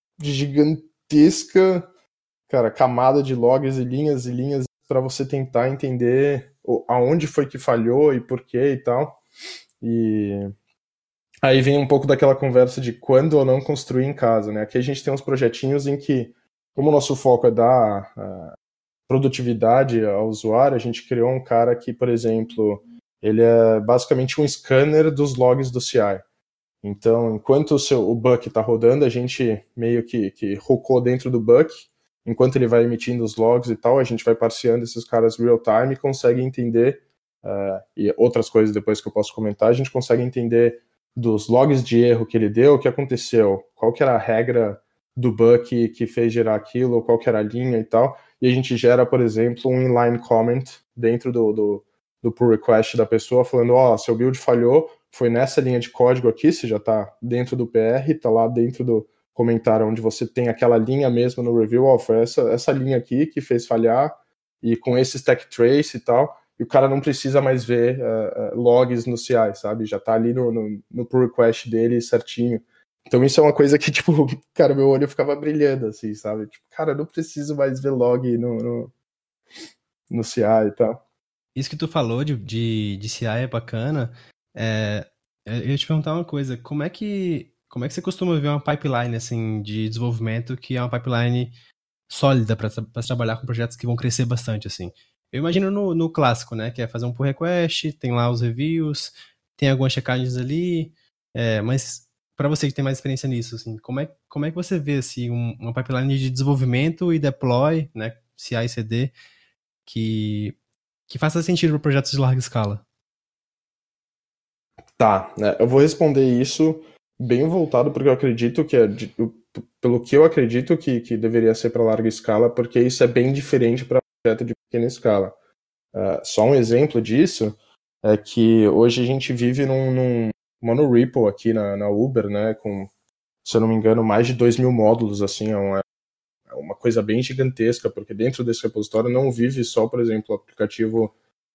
gigantesca, cara, camada de logs e linhas para você tentar entender aonde foi que falhou e por quê e tal. E aí vem um pouco daquela conversa de quando ou não construir em casa, né? Aqui a gente tem uns projetinhos em que, como o nosso foco é dar produtividade ao usuário, a gente criou um cara que, por exemplo, ele é basicamente um scanner dos logs do CI. Então, enquanto o buck está rodando, a gente meio que hookou dentro do buck. Enquanto ele vai emitindo os logs e tal, a gente vai parseando esses caras real-time e consegue entender, e outras coisas depois que eu posso comentar, a gente consegue entender dos logs de erro que ele deu, o que aconteceu, qual que era a regra do buck que fez gerar aquilo, qual que era a linha e tal. E a gente gera, por exemplo, um inline comment dentro do pull request da pessoa, falando, seu build falhou, foi nessa linha de código aqui, você já está dentro do PR, está lá dentro do comentário onde você tem aquela linha mesmo no review, foi essa linha aqui que fez falhar, e com esse stack trace e tal, e o cara não precisa mais ver logs no CI, sabe? Já está ali no pull request dele certinho. Então isso é uma coisa que, tipo, cara, meu olho ficava brilhando, assim, sabe? Tipo, cara, eu não preciso mais ver log no CI e tal. Isso que tu falou de CI é bacana. Eu ia te perguntar uma coisa, como é que você costuma ver uma pipeline assim de desenvolvimento que é uma pipeline sólida para trabalhar com projetos que vão crescer bastante assim? Eu imagino no clássico, né, que é fazer um pull request, tem lá os reviews, tem algumas checagens ali, mas para você que tem mais experiência nisso, assim, como é que você vê assim uma pipeline de desenvolvimento e deploy, né, CI e CD que faça sentido para projetos de larga escala? Tá, né? Eu vou responder isso bem voltado porque eu acredito que pelo que eu acredito que deveria ser para larga escala, porque isso é bem diferente para projeto de pequena escala. Só um exemplo disso é que hoje a gente vive num monorepo aqui na Uber, né? Com, se eu não me engano, mais de 2.000 módulos, assim, é uma coisa bem gigantesca, porque dentro desse repositório não vive só, por exemplo, o aplicativo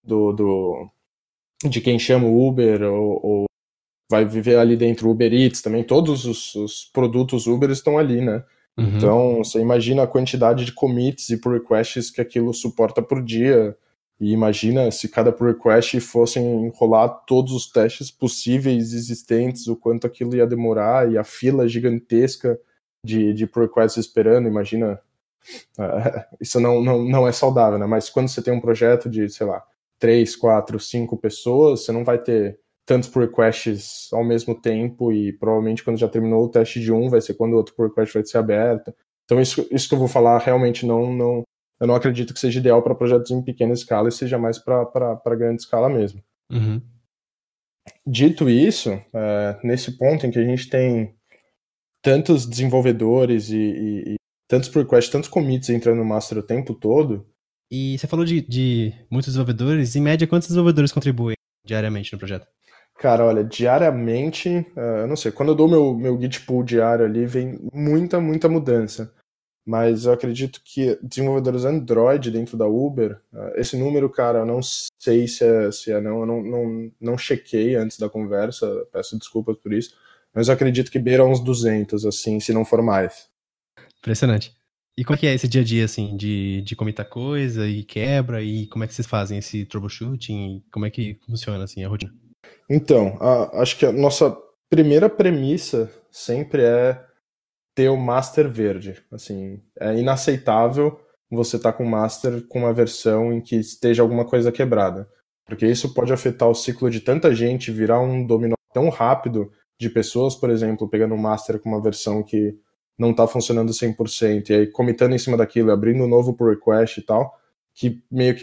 de quem chama o Uber ou vai viver ali dentro o Uber Eats também, todos os produtos Uber estão ali, né? Uhum. Então, você imagina a quantidade de commits e pull requests que aquilo suporta por dia, e imagina se cada pull request fosse enrolar todos os testes possíveis existentes, o quanto aquilo ia demorar, e a fila gigantesca de pull requests esperando, imagina. Isso não é saudável, né? Mas quando você tem um projeto de, sei lá, 3, 4, 5 pessoas, você não vai ter tantos pull requests ao mesmo tempo, e provavelmente quando já terminou o teste de um, vai ser quando o outro pull request vai ser aberto. Então isso que eu vou falar realmente eu não acredito que seja ideal para projetos em pequena escala, e seja mais para grande escala mesmo. Uhum. Dito isso, nesse ponto em que a gente tem tantos desenvolvedores e tantos pull requests, tantos commits entrando no master o tempo todo. E você falou de muitos desenvolvedores, em média quantos desenvolvedores contribuem diariamente no projeto? Cara, olha, diariamente, eu não sei, quando eu dou meu Git pull diário ali, vem muita mudança. Mas eu acredito que desenvolvedores Android dentro da Uber, esse número, cara, eu não sei se é não, eu não chequei antes da conversa, peço desculpas por isso, mas eu acredito que beira uns 200, assim, se não for mais. Impressionante. E como é que é esse dia a dia, assim, de comitar coisa e quebra, e como é que vocês fazem esse troubleshooting, e como é que funciona, assim, a rotina? Então, acho que a nossa primeira premissa sempre é ter o master verde. Assim, é inaceitável você estar com o master com uma versão em que esteja alguma coisa quebrada, porque isso pode afetar o ciclo de tanta gente, virar um dominó tão rápido de pessoas, por exemplo, pegando um master com uma versão que não está funcionando 100%, e aí comitando em cima daquilo, abrindo um novo pull request e tal, que meio que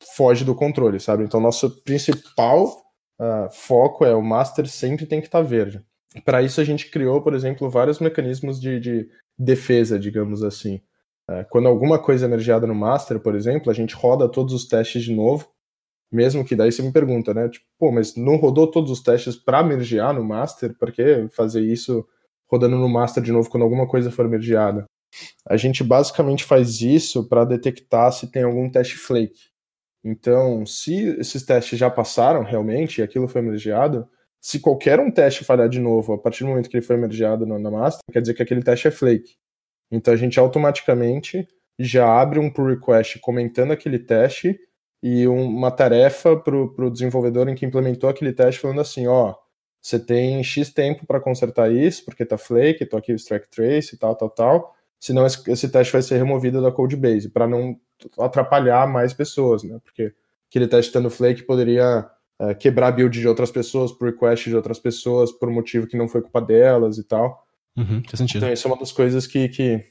foge do controle, sabe? Então, nosso principal foco é o master sempre tem que estar verde. Para isso, a gente criou, por exemplo, vários mecanismos de defesa, digamos assim. Quando alguma coisa é mergeada no master, por exemplo, a gente roda todos os testes de novo, mesmo que daí você me pergunta, né? Tipo, pô, mas não rodou todos os testes para mergear no master? Por que fazer isso rodando no master de novo quando alguma coisa for mergeada? A gente basicamente faz isso para detectar se tem algum teste flake. Então, se esses testes já passaram realmente e aquilo foi mergeado, se qualquer um teste falhar de novo a partir do momento que ele foi mergeado na master, quer dizer que aquele teste é flake. Então a gente automaticamente já abre um pull request comentando aquele teste e uma tarefa para o desenvolvedor em que implementou aquele teste falando assim, ó, você tem X tempo para consertar isso, porque tá flake, tô aqui o stack trace e tal, senão esse teste vai ser removido da codebase, para não atrapalhar mais pessoas, né, porque aquele teste estando flake poderia quebrar a build de outras pessoas, por request de outras pessoas, por um motivo que não foi culpa delas e tal. Faz sentido. Então isso é uma das coisas que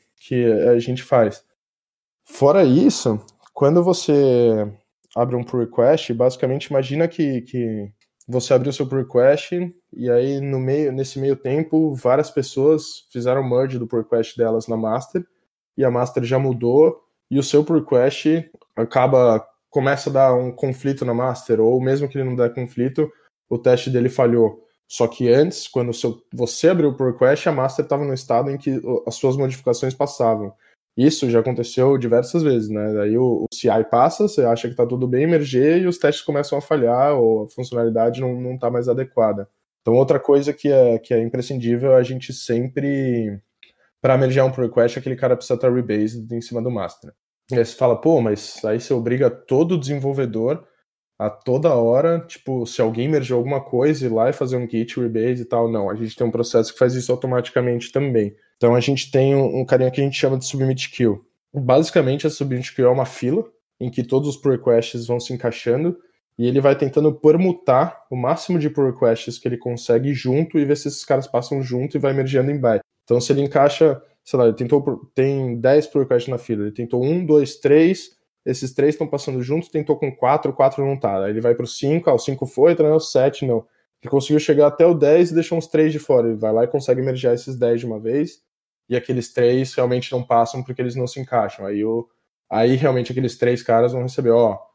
a gente faz. Fora isso, quando você abre um pull request, basicamente imagina que você abriu seu pull request e aí nesse meio tempo várias pessoas fizeram merge do pull request delas na master e a master já mudou e o seu pull request começa a dar um conflito na master, ou mesmo que ele não der conflito, o teste dele falhou. Só que antes, quando você abriu o pull request, a master estava no estado em que as suas modificações passavam. Isso já aconteceu diversas vezes, né? Daí o CI passa, você acha que está tudo bem, emerger, e os testes começam a falhar, ou a funcionalidade não está mais adequada. Então, outra coisa que é imprescindível é a gente sempre, para mergear um pull request, aquele cara precisa estar rebased em cima do master. E aí você fala, pô, mas aí você obriga todo desenvolvedor a toda hora, tipo, se alguém mergeou alguma coisa, ir lá e fazer um git rebase e tal. Não, a gente tem um processo que faz isso automaticamente também. Então a gente tem um carinha que a gente chama de submit queue. Basicamente, a submit queue é uma fila em que todos os pull requests vão se encaixando e ele vai tentando permutar o máximo de pull requests que ele consegue junto e ver se esses caras passam junto e vai mergeando em byte. Então se ele encaixa, sei lá, tem 10 pull requests na fila, ele tentou 1, 2, 3, esses 3 estão passando juntos, tentou com 4, o 4 não tá. Aí ele vai pro 5, o 5 foi, o 7 não. Ele conseguiu chegar até o 10 e deixou uns 3 de fora. Ele vai lá e consegue mergear esses 10 de uma vez, e aqueles 3 realmente não passam porque eles não se encaixam. Aí realmente aqueles 3 caras vão receber,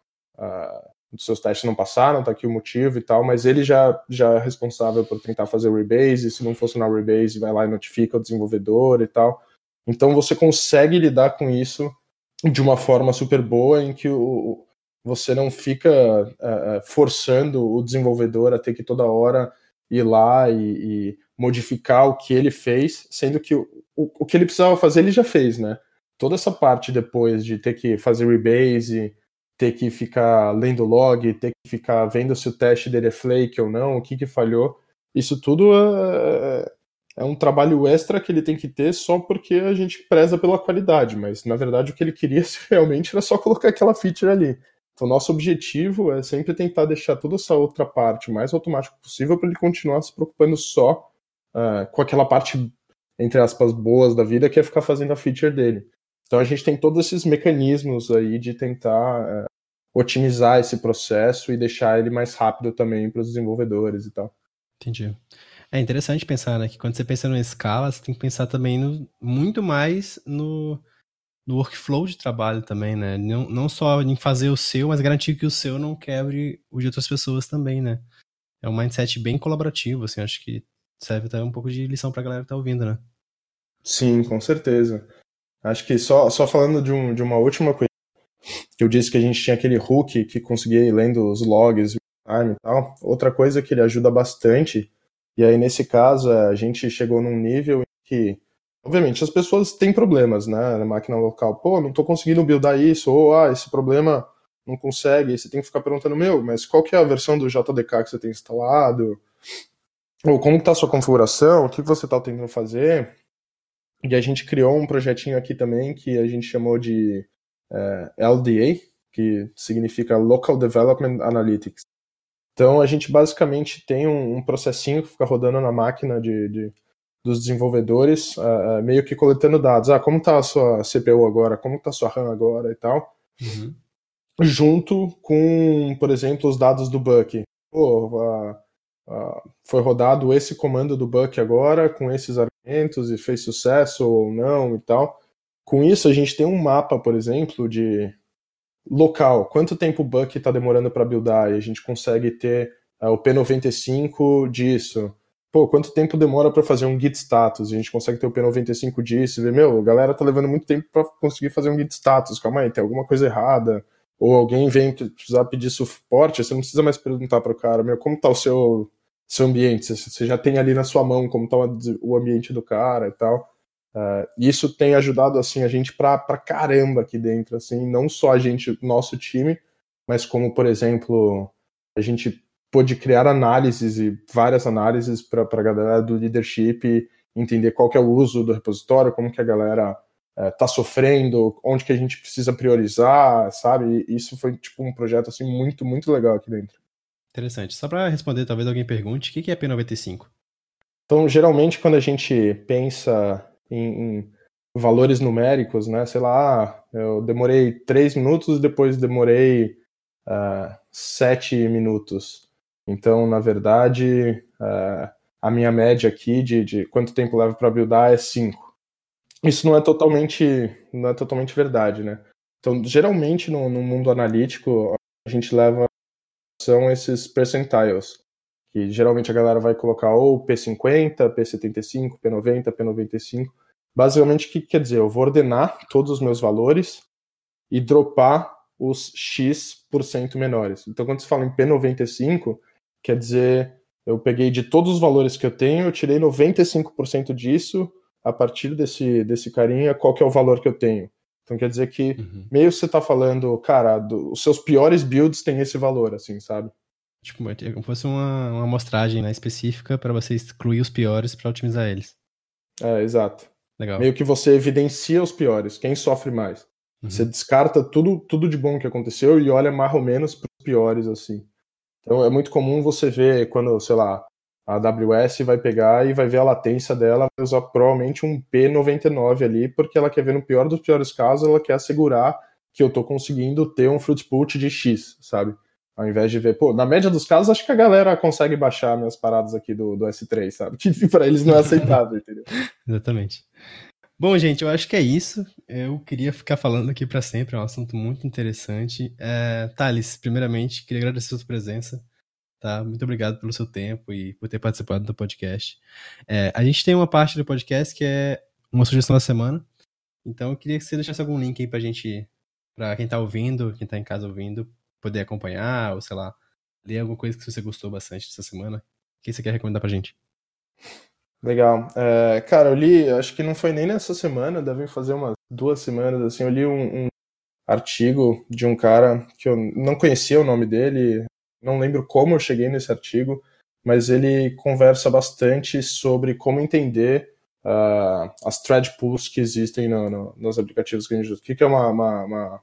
os seus testes não passaram, tá aqui o motivo e tal, mas ele já é responsável por tentar fazer o rebase, e se não funcionar o rebase, vai lá e notifica o desenvolvedor e tal. Então você consegue lidar com isso de uma forma super boa, em que você não fica forçando o desenvolvedor a ter que toda hora ir lá e modificar o que ele fez, sendo que o que ele precisava fazer ele já fez, né? Toda essa parte depois de ter que fazer rebase, ter que ficar lendo log, ter que ficar vendo se o teste dele é flake ou não, o que falhou, isso tudo é um trabalho extra que ele tem que ter só porque a gente preza pela qualidade, mas na verdade o que ele queria realmente era só colocar aquela feature ali. Então nosso objetivo é sempre tentar deixar toda essa outra parte o mais automático possível para ele continuar se preocupando só com aquela parte, entre aspas, boas da vida, que é ficar fazendo a feature dele. Então a gente tem todos esses mecanismos aí de tentar otimizar esse processo e deixar ele mais rápido também para os desenvolvedores e tal. Entendi. É interessante pensar, né, que quando você pensa numa escala, você tem que pensar também muito mais no workflow de trabalho também, né? Não só em fazer o seu, mas garantir que o seu não quebre o de outras pessoas também, né? É um mindset bem colaborativo, assim, acho que serve até um pouco de lição pra galera que tá ouvindo, né? Sim, com certeza. Acho que só falando de uma última coisa, que eu disse que a gente tinha aquele hook que conseguia ir lendo os logs e tal. Outra coisa que ele ajuda bastante, e aí nesse caso a gente chegou num nível em que, obviamente, as pessoas têm problemas, né, na máquina local. Pô, não tô conseguindo buildar isso, ou esse problema não consegue, e você tem que ficar perguntando, mas qual que é a versão do JDK que você tem instalado? Ou como que tá a sua configuração? O que você tá tentando fazer? E a gente criou um projetinho aqui também que a gente chamou de LDA, que significa Local Development Analytics. Então a gente basicamente tem um processinho que fica rodando na máquina dos desenvolvedores, meio que coletando dados. Como está a sua CPU agora? Como está a sua RAM agora e tal? Uhum. junto com, por exemplo, os dados do Buck. Foi rodado esse comando do Buck agora, com esses argumentos, e fez sucesso ou não e tal. Com isso, a gente tem um mapa, por exemplo, de local. Quanto tempo o Buck está demorando para buildar? E a gente consegue ter o P95 disso. Pô, quanto tempo demora para fazer um git status? A gente consegue ter o P95 disso. E, a galera tá levando muito tempo para conseguir fazer um git status. Calma aí, tem alguma coisa errada. Ou alguém vem precisar pedir suporte, você não precisa mais perguntar para o cara, como tá o seu ambiente? Você já tem ali na sua mão como tá o ambiente do cara e tal. Isso tem ajudado assim a gente pra caramba aqui dentro, assim, não só a gente, nosso time, mas como, por exemplo, a gente pôde criar análises e várias análises para a galera do leadership entender qual que é o uso do repositório, como que a galera tá sofrendo, onde que a gente precisa priorizar, sabe? E isso foi tipo um projeto assim muito, muito legal aqui dentro. Interessante. Só para responder, talvez alguém pergunte, o que é P95? Então, geralmente, quando a gente pensa em valores numéricos, né? Sei lá, eu demorei 3 minutos e depois demorei 7 minutos. Então, na verdade, a minha média aqui de quanto tempo leva para buildar é 5. Isso não é totalmente verdade, né? Então, geralmente, no mundo analítico, a gente leva são esses percentiles, que geralmente a galera vai colocar ou P50, P75, P90, P95. Basicamente, o que quer dizer? Eu vou ordenar todos os meus valores e dropar os X% menores. Então, quando você fala em P95, quer dizer, eu peguei de todos os valores que eu tenho, eu tirei 95% disso, a partir desse carinha, qual que é o valor que eu tenho. Então, quer dizer que meio você tá falando, cara, os seus piores builds têm esse valor, assim, sabe? Tipo, como fosse uma amostragem, né, específica para você excluir os piores para otimizar eles. Exato. Legal. Meio que você evidencia os piores, quem sofre mais. Você descarta tudo de bom que aconteceu e olha mais ou menos para os piores, assim. Então é muito comum você ver quando, sei lá, a AWS vai pegar e vai ver a latência dela, vai usar provavelmente um P99 ali, porque ela quer ver no pior dos piores casos, ela quer assegurar que eu estou conseguindo ter um throughput de X, sabe? Ao invés de ver, na média dos casos, acho que a galera consegue baixar minhas paradas aqui do S3, sabe? Que pra eles não é aceitável, entendeu? Exatamente. Bom, gente, eu acho que é isso. Eu queria ficar falando aqui para sempre, é um assunto muito interessante. Thales, primeiramente, queria agradecer a sua presença. Tá? Muito obrigado pelo seu tempo e por ter participado do podcast. A gente tem uma parte do podcast que é uma sugestão da semana. Então eu queria que você deixasse algum link aí pra quem tá ouvindo, quem tá em casa ouvindo, poder acompanhar, ou sei lá, ler alguma coisa que você gostou bastante dessa semana. O que você quer recomendar pra gente? Legal. Cara, eu li, acho que não foi nem nessa semana, devem fazer umas 2 semanas, assim, eu li um artigo de um cara que eu não conhecia o nome dele, não lembro como eu cheguei nesse artigo, mas ele conversa bastante sobre como entender as thread pools que existem nos aplicativos que a gente usa. O que é uma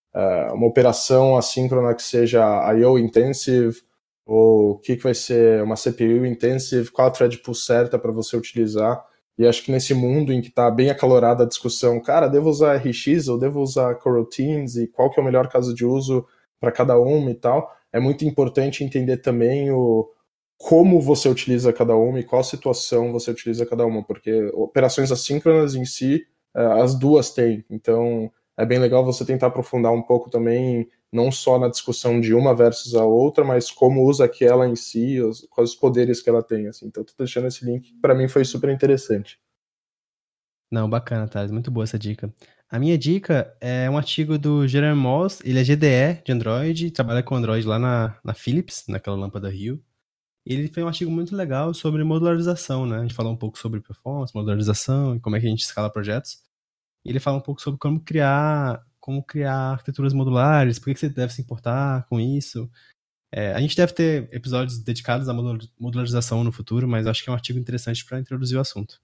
operação assíncrona que seja I/O intensive, ou o que vai ser uma CPU intensive, qual a thread pool certa para você utilizar. E acho que nesse mundo em que está bem acalorada a discussão, cara, devo usar RX ou devo usar coroutines e qual que é o melhor caso de uso para cada uma e tal, é muito importante entender também como você utiliza cada uma e qual situação você utiliza cada uma, porque operações assíncronas em si, as duas têm. Então, é bem legal você tentar aprofundar um pouco também, não só na discussão de uma versus a outra, mas como usa aquela em si, quais os poderes que ela tem. Assim. Então, tô deixando esse link, para mim foi super interessante. Não, bacana, Thales, muito boa essa dica. A minha dica é um artigo do Jeremy Moss, ele é GDE de Android, trabalha com Android lá na Philips, naquela lâmpada Rio. Ele fez um artigo muito legal sobre modularização, né? A gente falou um pouco sobre performance, modularização e como é que a gente escala projetos. E ele fala um pouco sobre como criar arquiteturas modulares, por que você deve se importar com isso. A gente deve ter episódios dedicados à modularização no futuro, mas acho que é um artigo interessante para introduzir o assunto.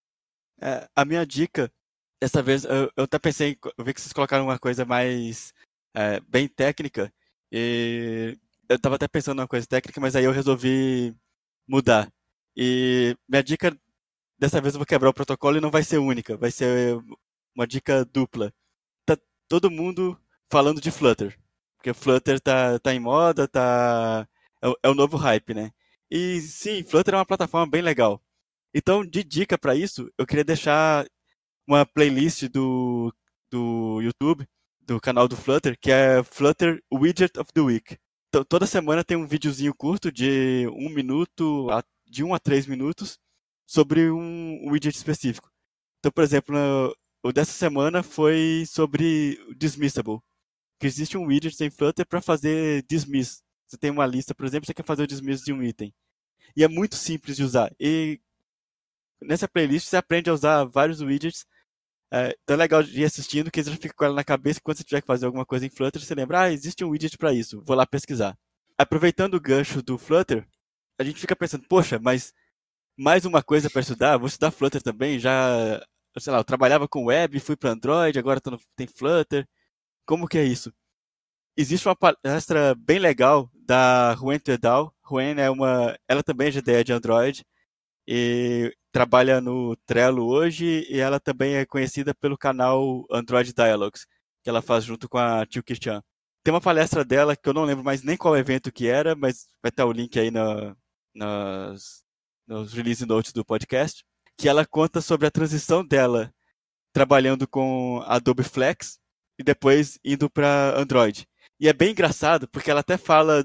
A minha dica, dessa vez, eu até pensei, eu vi que vocês colocaram uma coisa mais bem técnica, e eu estava até pensando numa coisa técnica, mas aí eu resolvi mudar. E minha dica, dessa vez eu vou quebrar o protocolo e não vai ser única, vai ser uma dica dupla. Tá todo mundo falando de Flutter. Porque Flutter tá em moda, é o novo hype, né? E sim, Flutter é uma plataforma bem legal. Então, de dica para isso, eu queria deixar uma playlist do YouTube, do canal do Flutter, que é Flutter Widget of the Week. Então, toda semana tem um videozinho curto de 1 minuto, de 1 a 3 minutos, sobre um widget específico. Então, por exemplo, o dessa semana foi sobre Dismissible, que existe um widget em Flutter para fazer dismiss. Você tem uma lista, por exemplo, você quer fazer o dismiss de um item. E é muito simples de usar. E nessa playlist você aprende a usar vários widgets. Então é legal de ir assistindo, que você já fica com ela na cabeça, e quando você tiver que fazer alguma coisa em Flutter, você lembra, existe um widget para isso, vou lá pesquisar. Aproveitando o gancho do Flutter, a gente fica pensando, poxa, mas mais uma coisa para estudar, vou estudar Flutter também, já, sei lá, eu trabalhava com web, fui para Android, agora tem Flutter, como que é isso? Existe uma palestra bem legal da Huen Tuedao. Huen ela também é GDE de Android, e trabalha no Trello hoje, e ela também é conhecida pelo canal Android Dialogues, que ela faz junto com a Tio Chan. Tem uma palestra dela que eu não lembro mais nem qual evento que era, mas vai estar o link aí nos release notes do podcast, que ela conta sobre a transição dela trabalhando com Adobe Flex e depois indo para Android. E é bem engraçado, porque ela até fala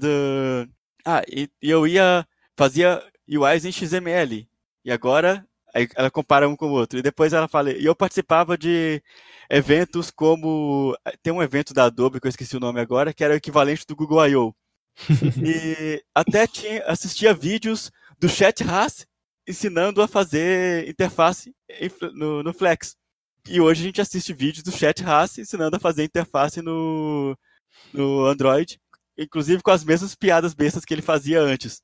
fazia UIs em XML, e agora aí ela compara um com o outro. E depois ela fala, e eu participava de eventos como, tem um evento da Adobe, que eu esqueci o nome agora, que era o equivalente do Google I.O. E até assistia vídeos do Chat Haas ensinando a fazer interface no Flex. E hoje a gente assiste vídeos do Chat Haas ensinando a fazer interface no Android, inclusive com as mesmas piadas bestas que ele fazia antes.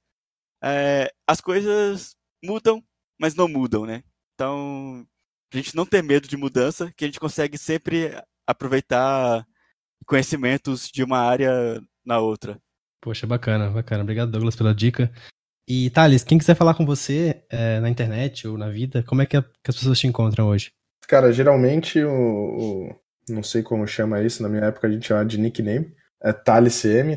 As coisas mudam, mas não mudam, né? Então, a gente não ter medo de mudança, que a gente consegue sempre aproveitar conhecimentos de uma área na outra. Poxa, bacana, bacana. Obrigado, Douglas, pela dica. E, Thales, quem quiser falar com você na internet ou na vida, como é que as pessoas te encontram hoje? Cara, geralmente não sei como chama isso, na minha época a gente chamava de nickname, é ThalesCM,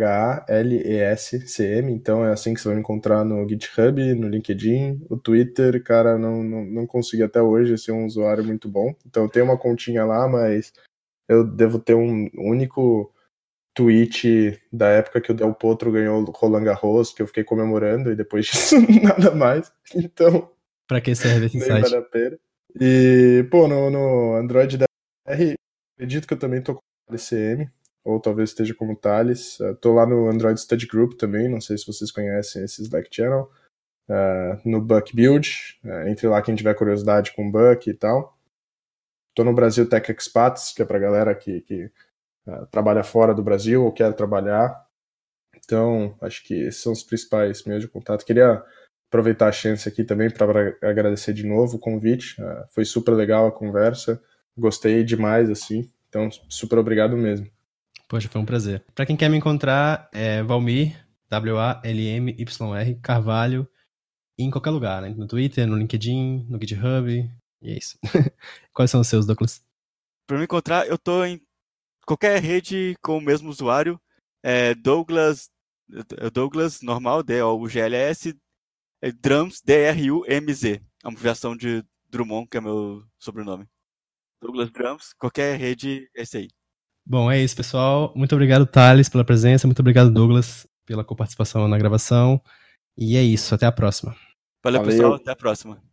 ThalesCM, então é assim que você vai me encontrar no GitHub, no LinkedIn, o Twitter, cara, não consegui até hoje ser um usuário muito bom, então eu tenho uma continha lá, mas eu devo ter um único tweet da época que o Del Potro ganhou o Roland Garros, que eu fiquei comemorando, e depois disso nada mais, então... Pra que serve esse nem site? vale a pena. E, pô, no Android DR, acredito que eu também tô com o ThalesCM, ou talvez esteja como Thales. Tô lá no Android Study Group também, não sei se vocês conhecem esse Slack Channel. No Buck Build, entre lá quem tiver curiosidade com Buck e tal. Tô no Brasil Tech Expats, que é pra galera que trabalha fora do Brasil ou quer trabalhar. Então, acho que esses são os principais meios de contato. Queria aproveitar a chance aqui também para agradecer de novo o convite. Foi super legal a conversa. Gostei demais, assim. Então, super obrigado mesmo. Poxa, foi um prazer. Para quem quer me encontrar, é Valmir, WALMYR, Carvalho, em qualquer lugar, né? No Twitter, no LinkedIn, no GitHub, e é isso. Quais são os seus, Douglas? Para me encontrar, eu tô em qualquer rede com o mesmo usuário, Douglas normal, DOUGLS, Drums, DRUMZ, a abreviação de Drummond, que é meu sobrenome. Douglas Drums, qualquer rede, é esse aí. Bom, é isso, pessoal. Muito obrigado, Thales, pela presença. Muito obrigado, Douglas, pela coparticipação na gravação. E é isso, até a próxima. Valeu, pessoal, até a próxima.